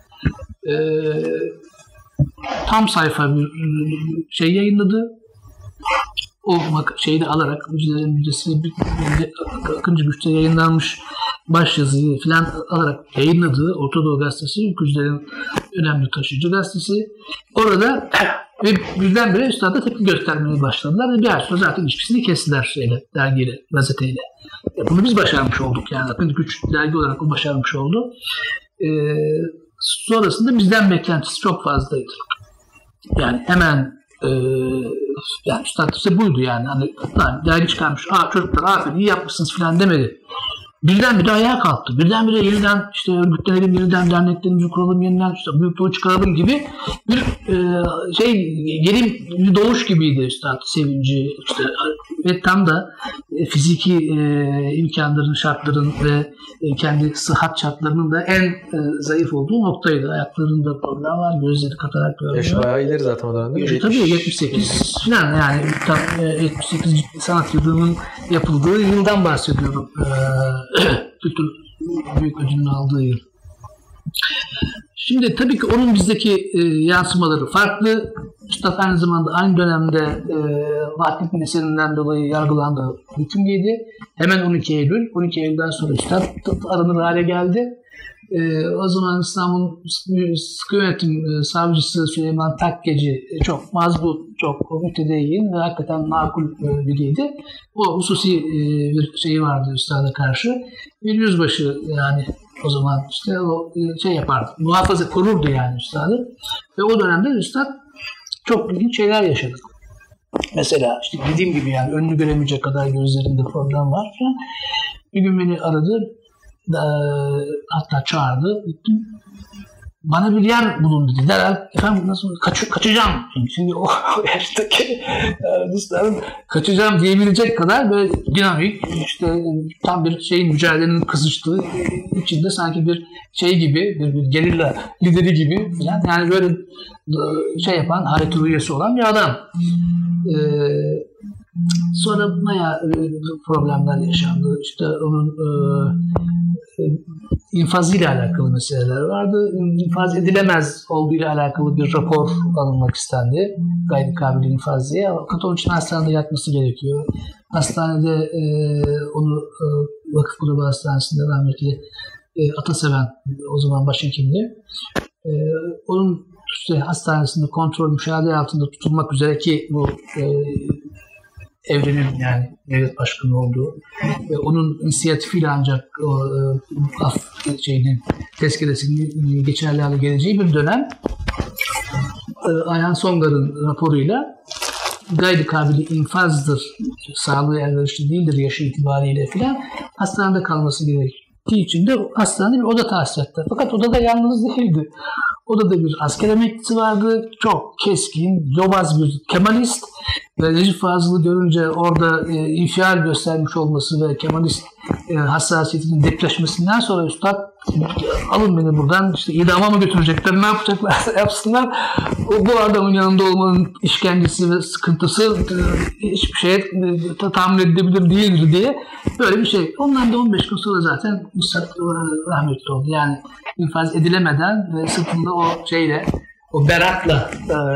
tam sayfa bir yayınladı. O şeyde alarak müjdelerin müjdesini Akıncı Güç'te yayınlanmış başyazıyı falan alarak yayınladığı Orta Doğu Gazetesi, ülkücülerin önemli taşıyıcı gazetesi. Orada ve birdenbire Üstad'a tepki göstermeye başladılar ve bir ay sonra zaten ilişkisini kestiler dergiyle, gazeteyle. Bunu biz başarmış olduk yani. Akıncı Güç dergi olarak o başarmış oldu. Sonrasında bizden beklentisi çok fazlaydı. Yani hemen yani üstad ise buydu yani. Hani dergi çıkarmış. Çocuklar aferin iyi yapmışsınız falan demedi. Birdenbire ayağa kalktı. Birdenbire yeniden işte örgütlenelim, yeniden derneklerimizi kuralım, yeniden işte büyük çıkaralım gibi bir yeni bir doğuş gibiydi üstad sevinci. İşte, ve tam da fiziki imkanların, şartların ve kendi sıhhat şartlarının da en zayıf olduğu noktaydı. Ayaklarında problem var, gözleri katarak görüyor. Yaşı bayağı ileri zaten o dönemde. Tabii 78 falan yani tam 78 sanat yılının yapıldığı yıldan bahsediyorum. Kültür büyük ödülünü aldığı yıl. Şimdi tabii ki onun bizdeki yansımaları farklı. Üstad aynı zamanda aynı dönemde Vahdettin eserinden dolayı yargılandı, hüküm giydi. Hemen 12 Eylül. 12 Eylül'den sonra Üstad aranır hale geldi. O zaman İstanbul Sıkı Yönetim Savcısı Süleyman Takkeci çok mazbut, çok mütedeyyin ve hakikaten makul biriydi. O hususi bir şeyi vardı Üstad'a karşı. Bir yüzbaşı yani o zaman işte o yapardı, muhafaza korurdu yani Üstad'ı. Ve o dönemde Üstad çok ilginç şeyler yaşadı. Mesela işte dediğim gibi yani önünü göremeyecek kadar gözlerinde problem var falan. Bir gün beni aradı. Hatta çağırdı. Gittim. Bana bir yer bulun dedi. Derhal efendim nasıl kaçacağım. Şimdi o yaştaki kaçacağım diyebilecek kadar böyle dinamik işte tam bir şeyin mücadelenin kızıştığı içinde sanki bir şey gibi bir gerilla lideri gibi yani böyle yapan hareket üyesi olan bir adam. Sonra bayağı problemler yaşandı. İşte onun infazıyla alakalı meseleler vardı. İnfaz edilemez olduğuyla alakalı bir rapor alınmak istendi. Gayri kabil infaz diye. Fakat onun için hastanede yatması gerekiyor. Hastanede onu Vakıf Grubu Hastanesi'nde rahmetli Ataseven o zaman başhekimdi. Onun işte hastanesinde kontrol müşahede altında tutulmak üzere ki bu Evren'in yani devlet başkanı olduğu ve onun inisiyatifiyle ancak tezkeresinin geçerli hale geleceği bir dönem Ayhan Songar'ın raporuyla gayri kabili infazdır, sağlığı elverişli değildir yaşı itibariyle filan hastanede kalması gerektiği için de hastanede bir oda tahsis etti. Fakat odada yalnız değildi. Odada bir asker emeklisi vardı. Çok keskin, yobaz bir Kemalist ve Necip Fazıl'ı görünce orada infial göstermiş olması ve Kemalist hassasiyetinin depreşmesinden sonra Üstad alın beni buradan işte idama mı götürecekler, ne yapacaklarsa yapsınlar. Bu adamın yanında olmanın işkencesi ve sıkıntısı hiçbir şeye tahmin edilebilir değildir diye böyle bir şey. Ondan da 15 gün sonra zaten Üstad rahmetli oldu. Yani infaz edilemeden ve sırtında o beratla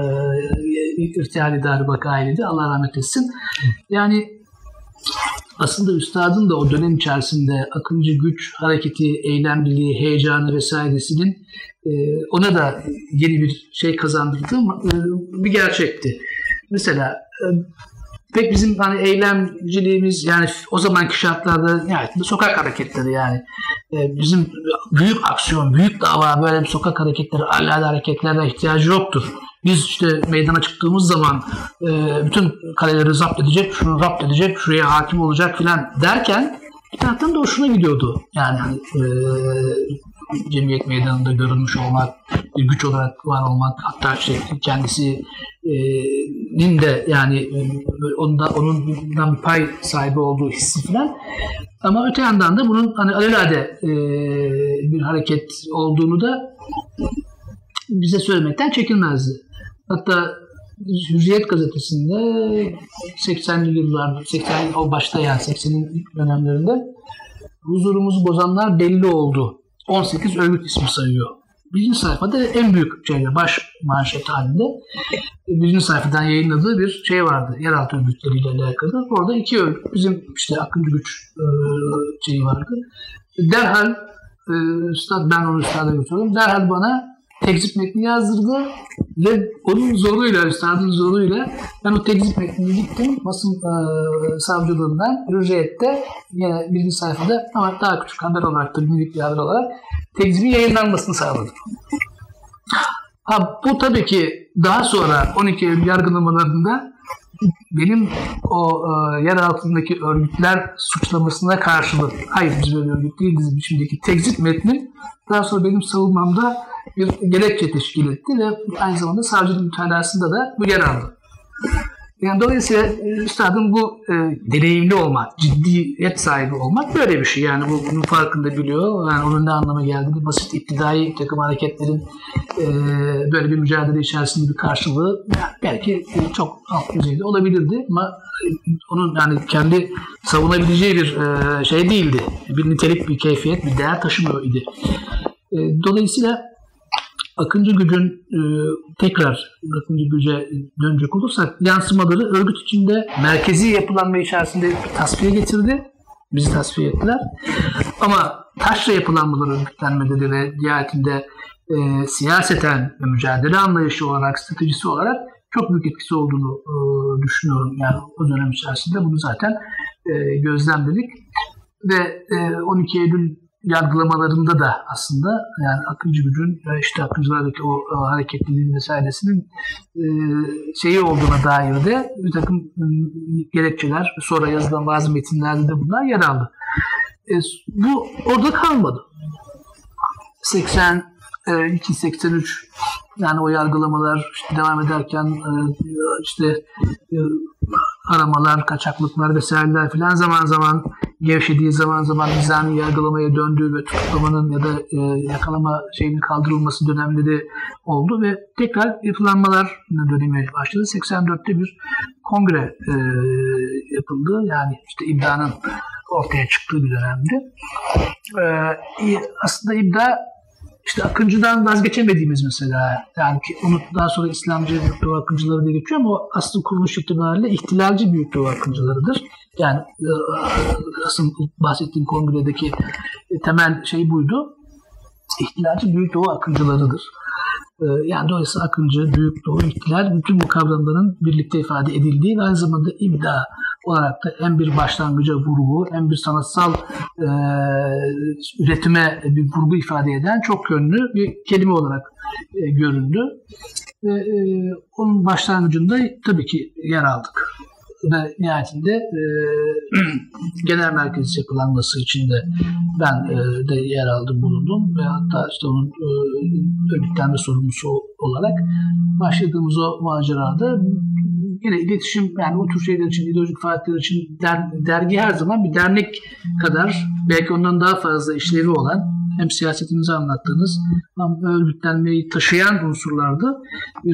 irtihal-i dar-ı bakaydı. Allah rahmet etsin. Yani aslında üstadın da o dönem içerisinde akıncı güç, hareketi, eylemliliği, heyecanı vesairesinin ona da yeni bir şey kazandırdığı bir gerçekti. Mesela pek bizim hani eylemciliğimiz yani o zamanki şartlarda yani sokak hareketleri yani bizim büyük aksiyon, büyük dava böyle sokak hareketleri, alâlı hareketlerine ihtiyacı yoktur. Biz işte meydana çıktığımız zaman bütün kaleleri zapt edecek, şunu zapt edecek, şuraya hakim olacak filan derken bir taraftan da hoşuna gidiyordu. Yani cemiyet meydanında görülmüş olmak, bir güç olarak var olmak, hatta kendisinin de yani ondan bir pay sahibi olduğu hissi filan. Ama öte yandan da bunun hani alelade bir hareket olduğunu da bize söylemekten çekinmezdi. Hatta Hürriyet gazetesinde 80'li yıllarda, o başta yani 80'in ilk dönemlerinde huzurumuzu bozanlar belli oldu. 18 örgüt ismi sayıyor. Birinci sayfada en büyük baş manşet halinde birinci sayfadan yayınladığı bir şey vardı. Yeraltı örgütleriyle alakalı. Orada 2 örgüt, bizim işte akıncı güç vardı. Derhal ben onu üstada götürdüm. Derhal bana tekzip metni yazdırdı ve onun zoruyla, üstadın zoruyla ben o tekzip metnini gittim basın savcılığından Hürriyet'te yine birinci sayfada ama daha küçük haber olarak da minik bir haber olarak tekzibin yayınlanmasını sağladım. Bu tabii ki daha sonra 12 Eylül yargılamalarında benim o yer altındaki örgütler suçlamasına karşılık, hayır biz böyle örgüt değiliz biçimdeki tekzip metni daha sonra benim savunmamda bir gerekçe teşkil etti ve aynı zamanda savcının mütalasında da bu yer aldı. Yani dolayısıyla üstadın bu deneyimli olmak, ciddiyet sahibi olmak böyle bir şey. Yani bunun farkında biliyor. Yani onun ne anlama geldiğini, basit iptidai bir takım hareketlerin böyle bir mücadele içerisinde bir karşılığı belki çok alt düzeyde olabilirdi ama onun yani kendi savunabileceği bir şey değildi. Bir nitelik, bir keyfiyet, bir değer taşımıyor idi. Dolayısıyla Akıncı gücün tekrar Akıncı güce dönecek olursak yansımaları örgüt içinde merkezi yapılanma içerisinde bir tasfiye getirdi. Bizi tasfiye ettiler. Ama taşra yapılanmaları örgütlenmeleri ve nihayetinde siyaseten ve mücadele anlayışı olarak, stratejisi olarak çok büyük etkisi olduğunu düşünüyorum. Yani o dönem içerisinde bunu zaten gözlemledik. Ve 12 Eylül yargılamalarında da aslında yani Akıncı gücün işte Akıncılardaki o hareketliliğin vesairesinin şeyi olduğuna dair de bir takım gerekçeler sonra yazılan bazı metinlerde de bunlar yer aldı. Bu orada kalmadı. 82-83 yani o yargılamalar işte devam ederken işte aramalar, kaçaklıklar vesaireler filan zaman zaman gevşediği, zaman zaman nizami yargılamaya döndüğü ve tutuklamanın ya da yakalama şeyinin kaldırılması dönemleri oldu ve tekrar yapılanmalar dönemi başladı. 84'te bir kongre yapıldı. Yani işte İBDA'nın ortaya çıktığı bir dönemdi. Aslında İBDA İşte Akıncı'dan vazgeçemediğimiz mesela, yani ki onu daha sonra İslamcı Büyük Doğu Akıncıları diye geçiyor ama o aslında kuruluş itibariyle ihtilalci Büyük Doğu Akıncılarıdır. Yani asıl bahsettiğim kongredeki temel şey buydu. İhtilalci Büyük Doğu Akıncılarıdır. Yani dolayısıyla Akıncı, Büyük Doğu, İhtilal bütün bu kavramların birlikte ifade edildiği ve aynı zamanda İBDA olarak da hem bir başlangıca vurgu hem bir sanatsal üretime bir vurgu ifade eden çok yönlü bir kelime olarak göründü. Ve onun başlangıcında tabii ki yer aldık. Ve nihayetinde genel merkez yapılanması içinde ben de yer aldım, bulundum ve hatta işte onun örgütlenme sorumlusu olarak başladığımız o macerada yine iletişim, yani o tür şeyler için, ideolojik faaliyetler için dergi her zaman bir dernek kadar, belki ondan daha fazla işlevi olan, hem siyasetimizi anlattığınız hem örgütlenmeyi taşıyan unsurlardı. Bir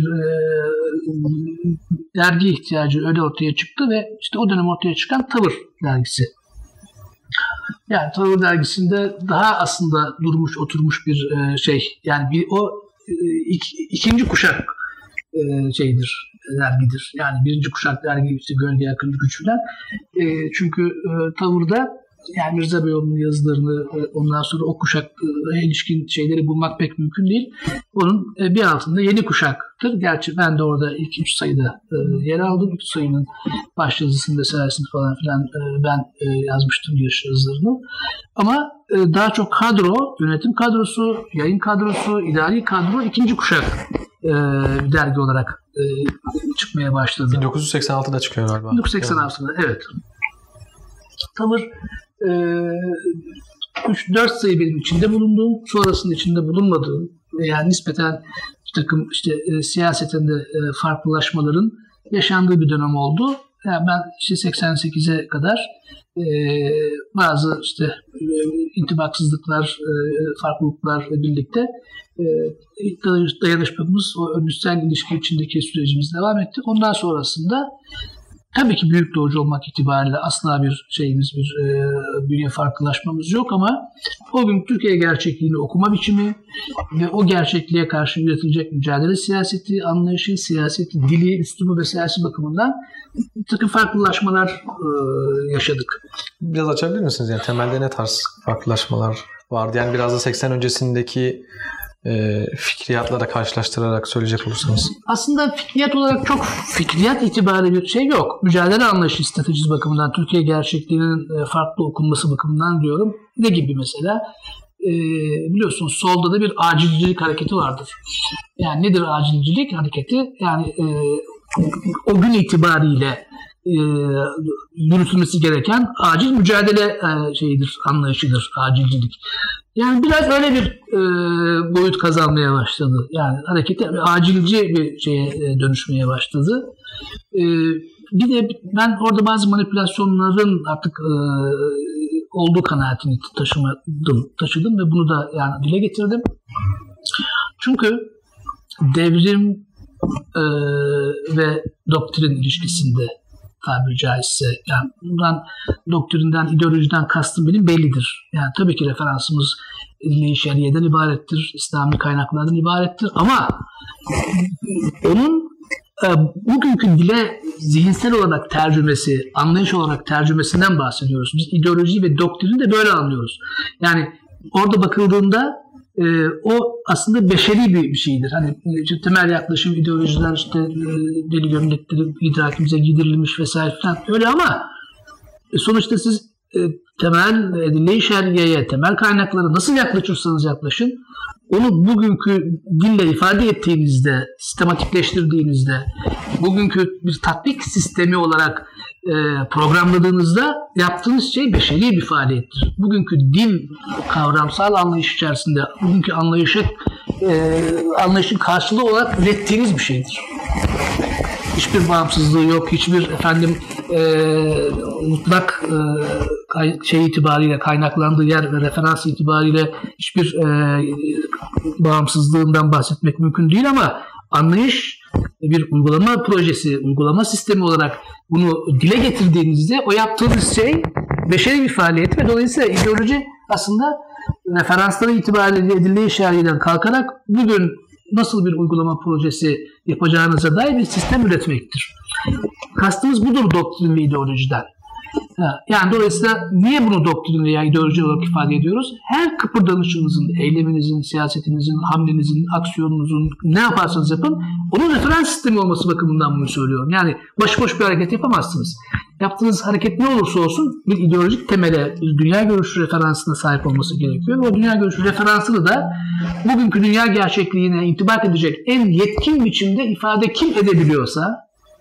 dergi ihtiyacı öyle ortaya çıktı ve işte o dönem ortaya çıkan Tavır dergisi. Yani Tavır dergisinde daha aslında durmuş, oturmuş bir şey. Yani o ikinci kuşak şeydir, dergidir. Yani birinci kuşak dergi işte Gölge Akıncı Güç'ten. Çünkü Tavır'da yani Mirza Beyoğlu'nun yazılarını ondan sonra o kuşak ilişkin şeyleri bulmak pek mümkün değil. Onun bir altında yeni kuşaktır. Gerçi ben de orada ilk 3 sayıda yer aldım. 3 sayının başyazısını vesairesini falan filan ben yazmıştım giriş yazılarını. Ama daha çok kadro, yönetim kadrosu, yayın kadrosu, idari kadro ikinci kuşak bir dergi olarak çıkmaya başladı. 1986'da çıkıyor galiba. 1986'da evet. Tavır 3-4 sayı benim içinde bulunduğum, sonrasında içinde bulunmadığım yani nispeten bir takım işte siyaseten de farklılaşmaların yaşandığı bir dönem oldu. Yani ben işte 88'e kadar bazı işte intibaksızlıklar, farklılıklarla birlikte dayanışmamız, o örgütsel ilişki içindeki sürecimiz devam etti. Ondan sonrasında tabii ki büyük doğucu olmak itibariyle asla bir şeyimiz, bir bünye farklılaşmamız yok ama o gün Türkiye gerçekliğini okuma biçimi ve o gerçekliğe karşı üretilecek mücadele siyaseti, anlayışı, siyaseti, dili, üslubu ve siyasi bakımından bir takım farklılaşmalar yaşadık. Biraz açabilir misiniz? Yani temelde ne tarz farklılaşmalar vardı? Yani biraz da 80 öncesindeki fikriyatla da karşılaştırarak söyleyecek olursanız. Aslında fikriyat olarak çok fikriyat itibariyle bir şey yok. Mücadele anlayışı, stratejisi bakımından, Türkiye gerçekliğinin farklı okunması bakımından diyorum. Ne gibi mesela? biliyorsunuz solda da bir acilcilik hareketi vardır. Yani nedir acilcilik hareketi? Yani o gün itibariyle yürütülmesi gereken acil mücadele anlayışıdır acilcilik. Yani biraz öyle bir boyut kazanmaya başladı. Yani hareketi acilci bir şeye dönüşmeye başladı. Bir de ben orada bazı manipülasyonların artık olduğu kanaatini taşıdım ve bunu da yani dile getirdim. Çünkü devrim ve doktrin ilişkisinde tabiri caizse, yani bundan doktrinden, ideolojiden kastım benim bellidir. Yani tabii ki referansımız ilmi şeriyeden ibarettir, İslami kaynaklardan ibarettir ama onun bugünkü dile zihinsel olarak tercümesi, anlayış olarak tercümesinden bahsediyoruz. Biz ideoloji ve doktrini de böyle anlıyoruz. Yani orada bakıldığında o aslında beşeri bir şeydir. Hani işte temel yaklaşım, ideolojiler işte deli gömlekleri idrakimize giydirilmiş vesaire falan öyle ama sonuçta siz temel dille-i şeriyeye, temel kaynaklara nasıl yaklaşırsanız yaklaşın, onu bugünkü dille ifade ettiğinizde, sistematikleştirdiğinizde, bugünkü bir tatbik sistemi olarak programladığınızda yaptığınız şey beşeri bir faaliyettir. Bugünkü dil kavramsal anlayış içerisinde, bugünkü anlayışın karşılığı olarak ürettiğiniz bir şeydir. Hiçbir bağımsızlığı yok, hiçbir mutlak itibariyle, kaynaklandığı yer ve referans itibariyle hiçbir bağımsızlığından bahsetmek mümkün değil ama anlayış bir uygulama projesi, uygulama sistemi olarak bunu dile getirdiğinizde o yaptığınız şey beşeri bir faaliyet ve dolayısıyla ideoloji aslında referansları itibariyle dille-i şeriyeden kalkarak bugün nasıl bir uygulama projesi yapacağınıza dair bir sistem üretmektir. Kastımız budur doktrin ve ideolojiden. Yani dolayısıyla niye bunu doktrin veya ideoloji olarak ifade ediyoruz? Her kıpırdanışınızın, eyleminizin, siyasetinizin, hamlenizin, aksiyonunuzun ne yaparsanız yapın, onun referans sistemi olması bakımından bunu söylüyorum. Yani başıboş bir hareket yapamazsınız. Yaptığınız hareket ne olursa olsun bir ideolojik temele, bir dünya görüşü referansına sahip olması gerekiyor. Ve o dünya görüşü referansını da bugünkü dünya gerçekliğine intibak edecek en yetkin biçimde ifade kim edebiliyorsa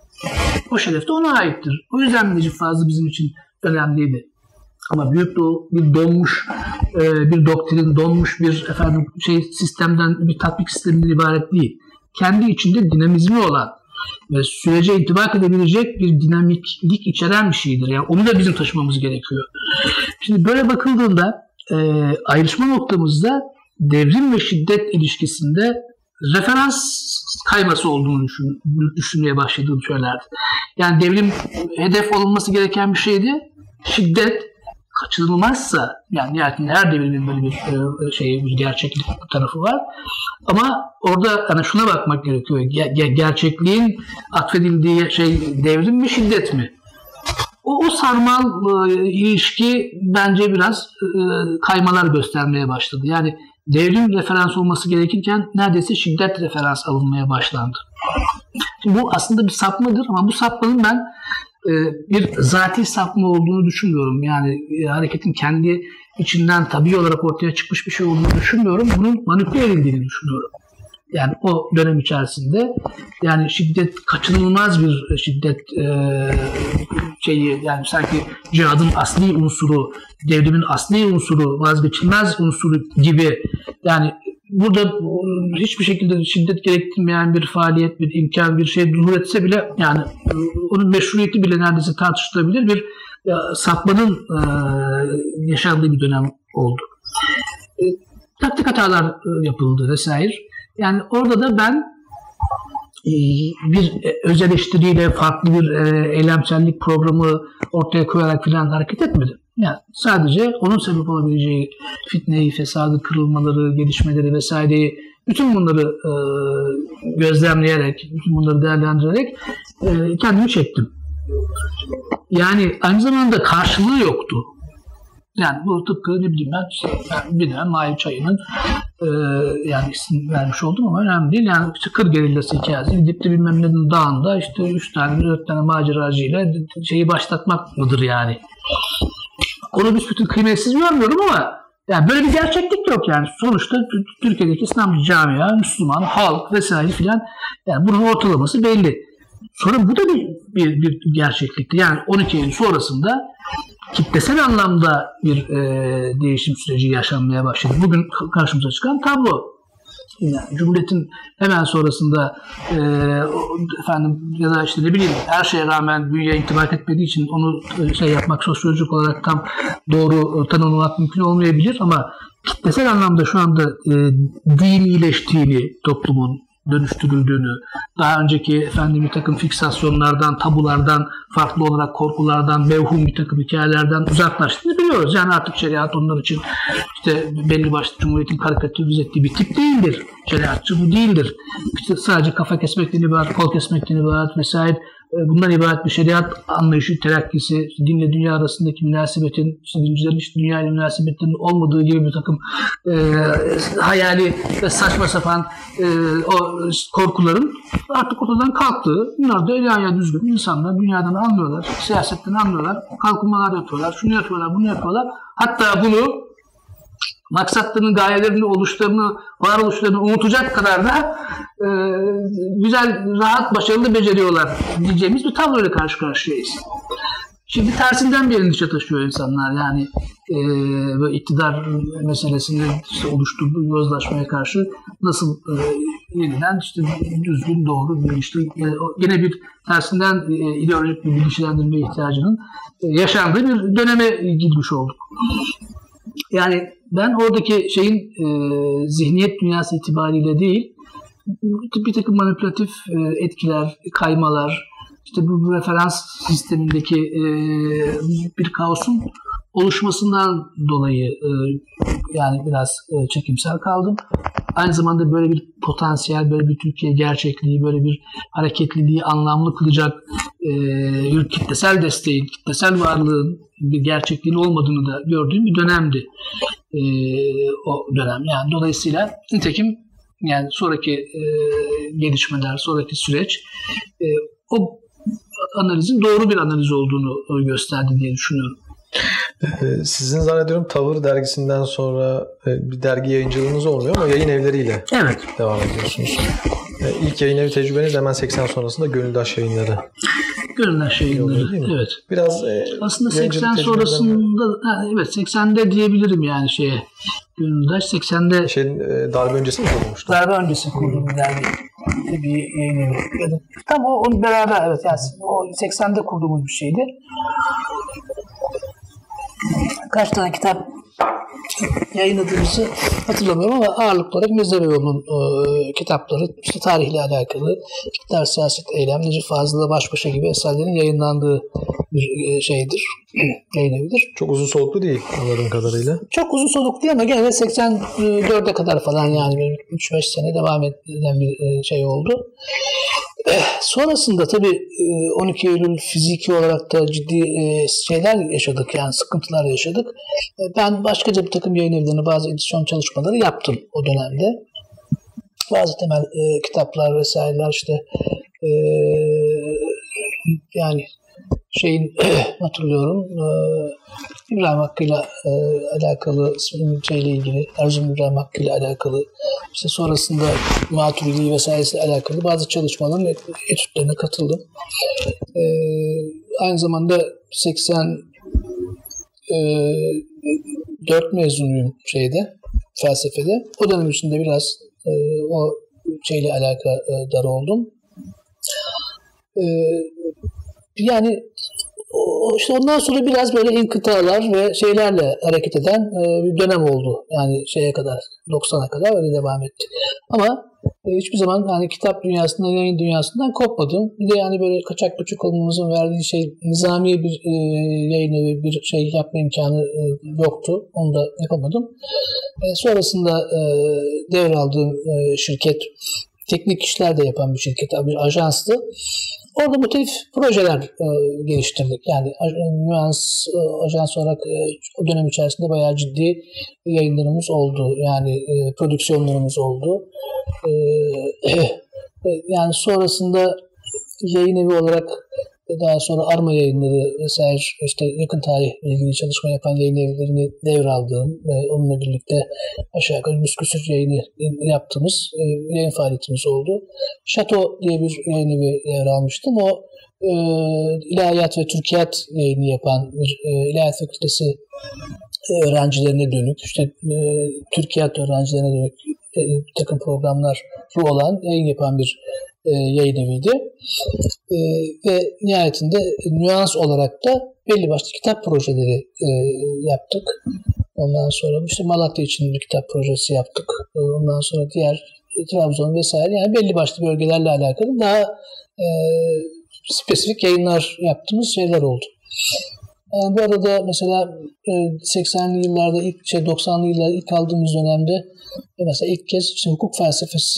o şeref de ona aittir. O yüzden Necip Fazıl bizim için önemliydi. Ama büyük bir donmuş bir doktrin, donmuş bir sistemden, bir tatbik sisteminden ibaret değil. Kendi içinde dinamizmi olan ve sürece intibak edebilecek bir dinamiklik içeren bir şeydir. Yani onu da bizim taşımamız gerekiyor. Şimdi böyle bakıldığında ayrışma noktamızda devrim ve şiddet ilişkisinde referans kayması olduğunu düşünmeye başladığını söylerdi. Yani devrim hedef olunması gereken bir şeydi. Şiddet kaçınılmazsa, yani nihayetinde her devrimin böyle bir gerçeklik tarafı var. Ama orada hani şuna bakmak gerekiyor. Gerçekliğin atfedildiği devrim mi, şiddet mi? O sarmal ilişki bence biraz kaymalar göstermeye başladı. Yani devrim referans olması gerekirken neredeyse şiddet referans alınmaya başlandı. Şimdi bu aslında bir sapmadır ama bu sapmanın ben bir zati sapma olduğunu düşünmüyorum. Yani hareketin kendi içinden tabii olarak ortaya çıkmış bir şey olduğunu düşünmüyorum. Bunun manipüle edildiğini düşünüyorum. Yani o dönem içerisinde yani şiddet kaçınılmaz bir şiddet yani sanki cihadın asli unsuru, devrimin asli unsuru, vazgeçilmez unsuru gibi, yani burada hiçbir şekilde şiddet gerektirmeyen bir faaliyet, bir imkan, bir şey zuhur etse bile yani onun meşruiyeti bile neredeyse tartışılabilir bir sapmanın yaşandığı bir dönem oldu. Taktik hatalar yapıldı vesaire. Yani orada da ben bir öz eleştiriyle farklı bir eylemsellik programı ortaya koyarak falan hareket etmedim. Yani sadece onun sebep olabileceği fitneyi, fesadı, kırılmaları, gelişmeleri vesaireyi, bütün bunları gözlemleyerek, bütün bunları değerlendirerek kendimi çektim. Yani aynı zamanda karşılığı yoktu. Yani bu tıpkı ne bileyim ben bir dönem Mahir Çayı'nın yani isim vermiş oldum ama önemli değil. Yani işte Kır gerillası hikayesi. Gidip de bilmem nenin dağında işte 4 tane maceracıyla şeyi başlatmak mıdır yani? Onu büsbütün kıymetsiz görmüyorum ama Yani böyle bir gerçeklik yok yani. Sonuçta Türkiye'deki İslamcı camia, Müslüman, halk vesaire filan, yani bunun ortalaması belli. Sonra bu da bir gerçeklikti. Yani 12 Eylül sonrasında kitlesel anlamda bir değişim süreci yaşanmaya başladı. Bugün karşımıza çıkan tablo. Yani Cumhuriyet'in hemen sonrasında ya da işte ne bileyim, her şeye rağmen bünyeye intibak etmediği için onu yapmak sosyolojik olarak tam doğru tanımlamak mümkün olmayabilir, ama kitlesel anlamda şu anda dinileştiğini, toplumun dönüştürüldüğünü, daha önceki bir takım fiksasyonlardan, tabulardan farklı olarak korkulardan, mevhum bir takım hikayelerden uzaklaştığını biliyoruz. Yani artık şeriat onlar için işte belli başlı Cumhuriyet'in karikatürize ettiği bir tip değildir. Şeriatçı bu değildir. İşte sadece kafa kesmekten ibaret, kol kesmekten ibaret vesaire, bundan ibaret bir şeriat anlayışı, terakkisi, dinle dünya arasındaki münasebetin, dincilerin dünya ile münasebetlerinin olmadığı gibi bir takım hayali ve saçma sapan o korkuların artık ortadan kalktığı, bunlar da eli ayağı düzgün insanlar, dünyadan anlıyorlar, siyasetten anlıyorlar, kalkınmalar yapıyorlar, şunu yapıyorlar, bunu yapıyorlar. Hatta bunu maksatlarını, gayelerini, varoluşlarını unutacak kadar da güzel, rahat, başarılı beceriyorlar diyeceğimiz bir tabloyla karşı karşıyayız. Şimdi tersinden bir endişe taşıyor insanlar. Yani böyle iktidar meselesinde oluşturduğu yozlaşmaya karşı nasıl yeniden düzgün, doğru, bilinçli, yine bir tersinden ideolojik bir bilinçlendirme ihtiyacının yaşandığı bir döneme girmiş olduk. Yani ben oradaki zihniyet dünyası itibariyle değil, bir takım manipülatif etkiler, kaymalar, işte bu referans sistemindeki bir kaosun oluşmasından dolayı yani biraz çekimsel kaldım. Aynı zamanda böyle bir potansiyel, böyle bir Türkiye gerçekliği, böyle bir hareketliliği anlamlı kılacak bir kitlesel desteğin, kitlesel varlığın bir gerçekliğin olmadığını da gördüğüm bir dönemdi o dönem. Yani dolayısıyla nitekim yani sonraki gelişmeler, sonraki süreç o analizin doğru bir analiz olduğunu gösterdi diye düşünüyorum. Sizin zannediyorum Tavır dergisinden sonra bir dergi yayıncılığınız olmuyor ama yayın evleriyle devam ediyorsunuz. İlk yayın evi tecrübeniz hemen 80 sonrasında Gönüldaş Yayınları. Gönüldaş Yayınları, evet. Biraz aslında 80 sonrasında, evet 80'de diyebilirim yani Gönüldaş 80'de. Darbe öncesi mi kurulmuştu? Darbe öncesi kurduğum bir dergi. Bir yayın evi. Tam onu beraber, evet yani o 80'de kurduğumuz bir şeydi. Kaç tane kitap yayınladığımızı hatırlamıyorum ama ağırlıklı olarak Mirza Beyoğlu'nun kitapları, işte tarihle alakalı, iktidar, siyaset, eylem, Necip Fazıl'la Baş Başa gibi eserlerin yayınlandığı bir yayın evidir. Çok uzun soluklu değil anladığım kadarıyla. Çok uzun soluklu değil ama gene 84'e kadar falan yani 3-5 sene devam eden bir oldu. Sonrasında tabii 12 Eylül fiziki olarak da ciddi şeyler yaşadık, yani sıkıntılar yaşadık. Ben başkaca bir takım yayın evlerine bazı edisyon çalışmaları yaptım o dönemde. Bazı temel kitaplar vesaireler yani hatırlıyorum, İbrahim Hakkı ile alakalı, ilgili, Erzurum İbrahim Hakkı ile alakalı, işte sonrasında Maturidi vesairesiyle alakalı bazı çalışmaların etütlerine katıldım. Aynı zamanda 84 mezunuyum felsefede. O dönem içinde biraz o alakadar oldum. Yani ondan sonra biraz böyle inkıtalar ve şeylerle hareket eden bir dönem oldu. Yani 90'a kadar öyle devam etti. Ama hiçbir zaman hani kitap dünyasından, yayın dünyasından kopmadım. Bir de yani böyle kaçak buçuk olmamızın verdiği nizami bir yayın evi, bir yapma imkanı yoktu. Onu da yapamadım. Sonrasında devraldığım şirket, teknik işler de yapan bir şirket, bir ajanstı. Orada muhtelif projeler geliştirdik. Yani ajans olarak o dönem içerisinde bayağı ciddi yayınlarımız oldu. Yani prodüksiyonlarımız oldu. Yani sonrasında yayın evi olarak Daha sonra Arma Yayınları vesaire işte yakın tarihle ilgili çalışma yapan yayın evlerini devraldığım ve onunla birlikte aşağı yukarı 100 küsur yayını yaptığımız yayın faaliyetimiz oldu. Şato diye bir yayın evi devralmıştım. O ilahiyat ve Türkiyat yayını yapan bir ilahiyat fakültesi öğrencilerine dönük, işte Türkiyat öğrencilerine dönük bir takım programlar olan yayın yapan bir yayın eviydi. Ve nihayetinde nüans olarak da belli başlı kitap projeleri yaptık. Ondan sonra işte Malatya için bir kitap projesi yaptık. Ondan sonra diğer Trabzon vesaire, yani belli başlı bölgelerle alakalı daha spesifik yayınlar yaptığımız şeyler oldu. Bu arada mesela 80'li yıllarda 90'lı yıllarda ilk aldığımız dönemde mesela ilk kez işte hukuk felsefesi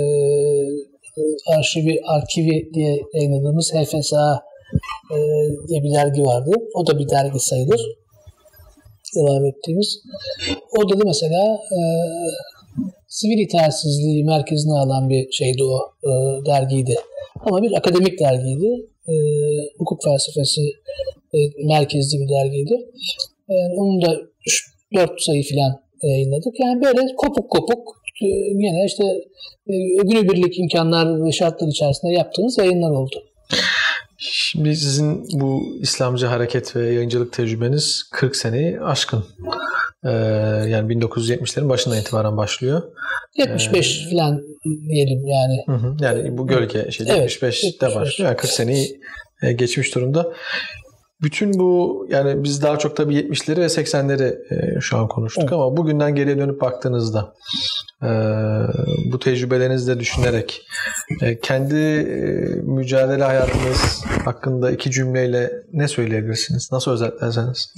arkivi diye yayınladığımız HFSA diye bir dergi vardı. O da bir dergi sayılır. Devam ettiğimiz. Orada da mesela sivil itaatsizliği merkezine alan bir şeydi o dergiydi. Ama bir akademik dergiydi. Hukuk felsefesi merkezli bir dergiydi. Onun da 4 sayı falan yayınladık. Yani böyle kopuk kopuk yine işte günübirlik imkanlar ve şartlar içerisinde yaptığımız yayınlar oldu. Şimdi sizin bu İslamcı hareket ve yayıncılık tecrübeniz 40 seneyi aşkın. Yani 1970'lerin başından itibaren başlıyor. 75 falan diyelim yani. Yani bu gölge evet, 75'te başlıyor. Yani 40 seneyi geçmiş durumda. Bütün bu, yani biz daha çok tabii 70'leri ve 80'leri şu an konuştuk, ama bugünden geriye dönüp baktığınızda bu tecrübelerinizle düşünerek kendi mücadele hayatınız hakkında 2 cümleyle ne söyleyebilirsiniz? Nasıl özetlerseniz?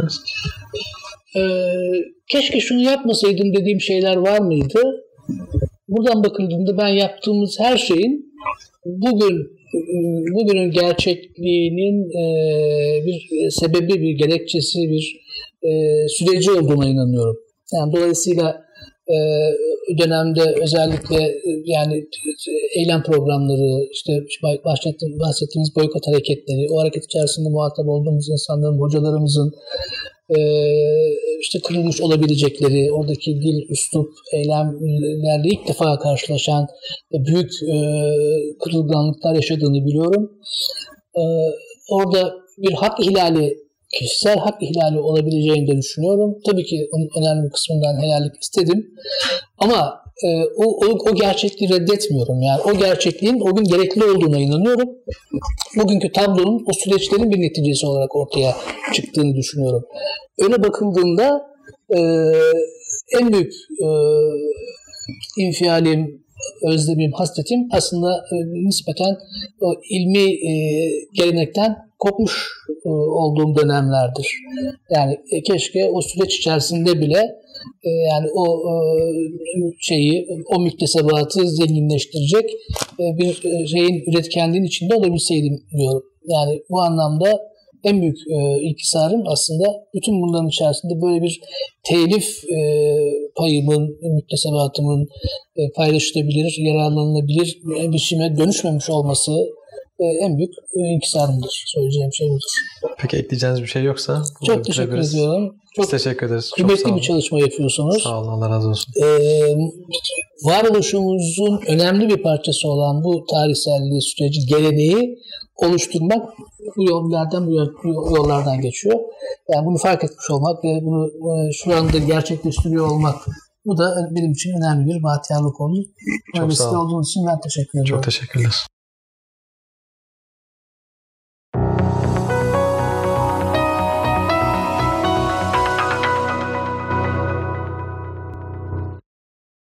Keşke şunu yapmasaydım dediğim şeyler var mıydı? Buradan bakıldığında ben yaptığımız her şeyin bugünün gerçekliğinin bir sebebi, bir gerekçesi, bir süreci olduğuna inanıyorum. Yani dolayısıyla dönemde özellikle yani eylem programları, işte bahsettiğimiz boykot hareketleri, o hareket içerisinde muhatap olduğumuz insanların, hocalarımızın işte kırılmış olabilecekleri, oradaki dil, üslup, eylemlerle ilk defa karşılaşan büyük kırılganlıklar yaşadığını biliyorum. Orada bir hak ihlali, kişisel hak ihlali olabileceğini de düşünüyorum. Tabii ki onun önemli bir kısmından helallik istedim. Ama o gerçekliği reddetmiyorum. Yani o gerçekliğin o gün gerekli olduğuna inanıyorum. Bugünkü tablonun o süreçlerin bir neticesi olarak ortaya çıktığını düşünüyorum. Öyle bakıldığında en büyük infialim, özlemim, hasretim aslında nispeten o ilmi gelenekten kopmuş olduğum dönemlerdir. Yani keşke o süreç içerisinde bile yani o şeyi, o müktesebatı zenginleştirecek bir şeyin, üretkenliğin içinde olabilseydim diyorum. Yani bu anlamda en büyük inkisarım aslında bütün bunların içerisinde böyle bir telif payımın, müktesebatımın paylaşılabilir, yararlanılabilir bir biçime dönüşmemiş olması en büyük inkisarımdır. Söyleyeceğim şey budur. Peki ekleyeceğiniz bir şey yoksa? Çok teşekkür ediyorum. Çok teşekkür ederiz. Kıymetli bir çalışma yapıyorsunuz. Sağ olun, Allah razı olsun. Varoluşumuzun önemli bir parçası olan bu tarihselliği süreci, geleneği oluşturmak bu yollardan geçiyor. Yani bunu fark etmiş olmak ve bunu şu anda gerçekleştiriyor olmak, bu da benim için önemli bir bahtiyarlık oldu. Çok sağ olun. Olduğunuz için ben teşekkür ediyorum. Çok teşekkürler.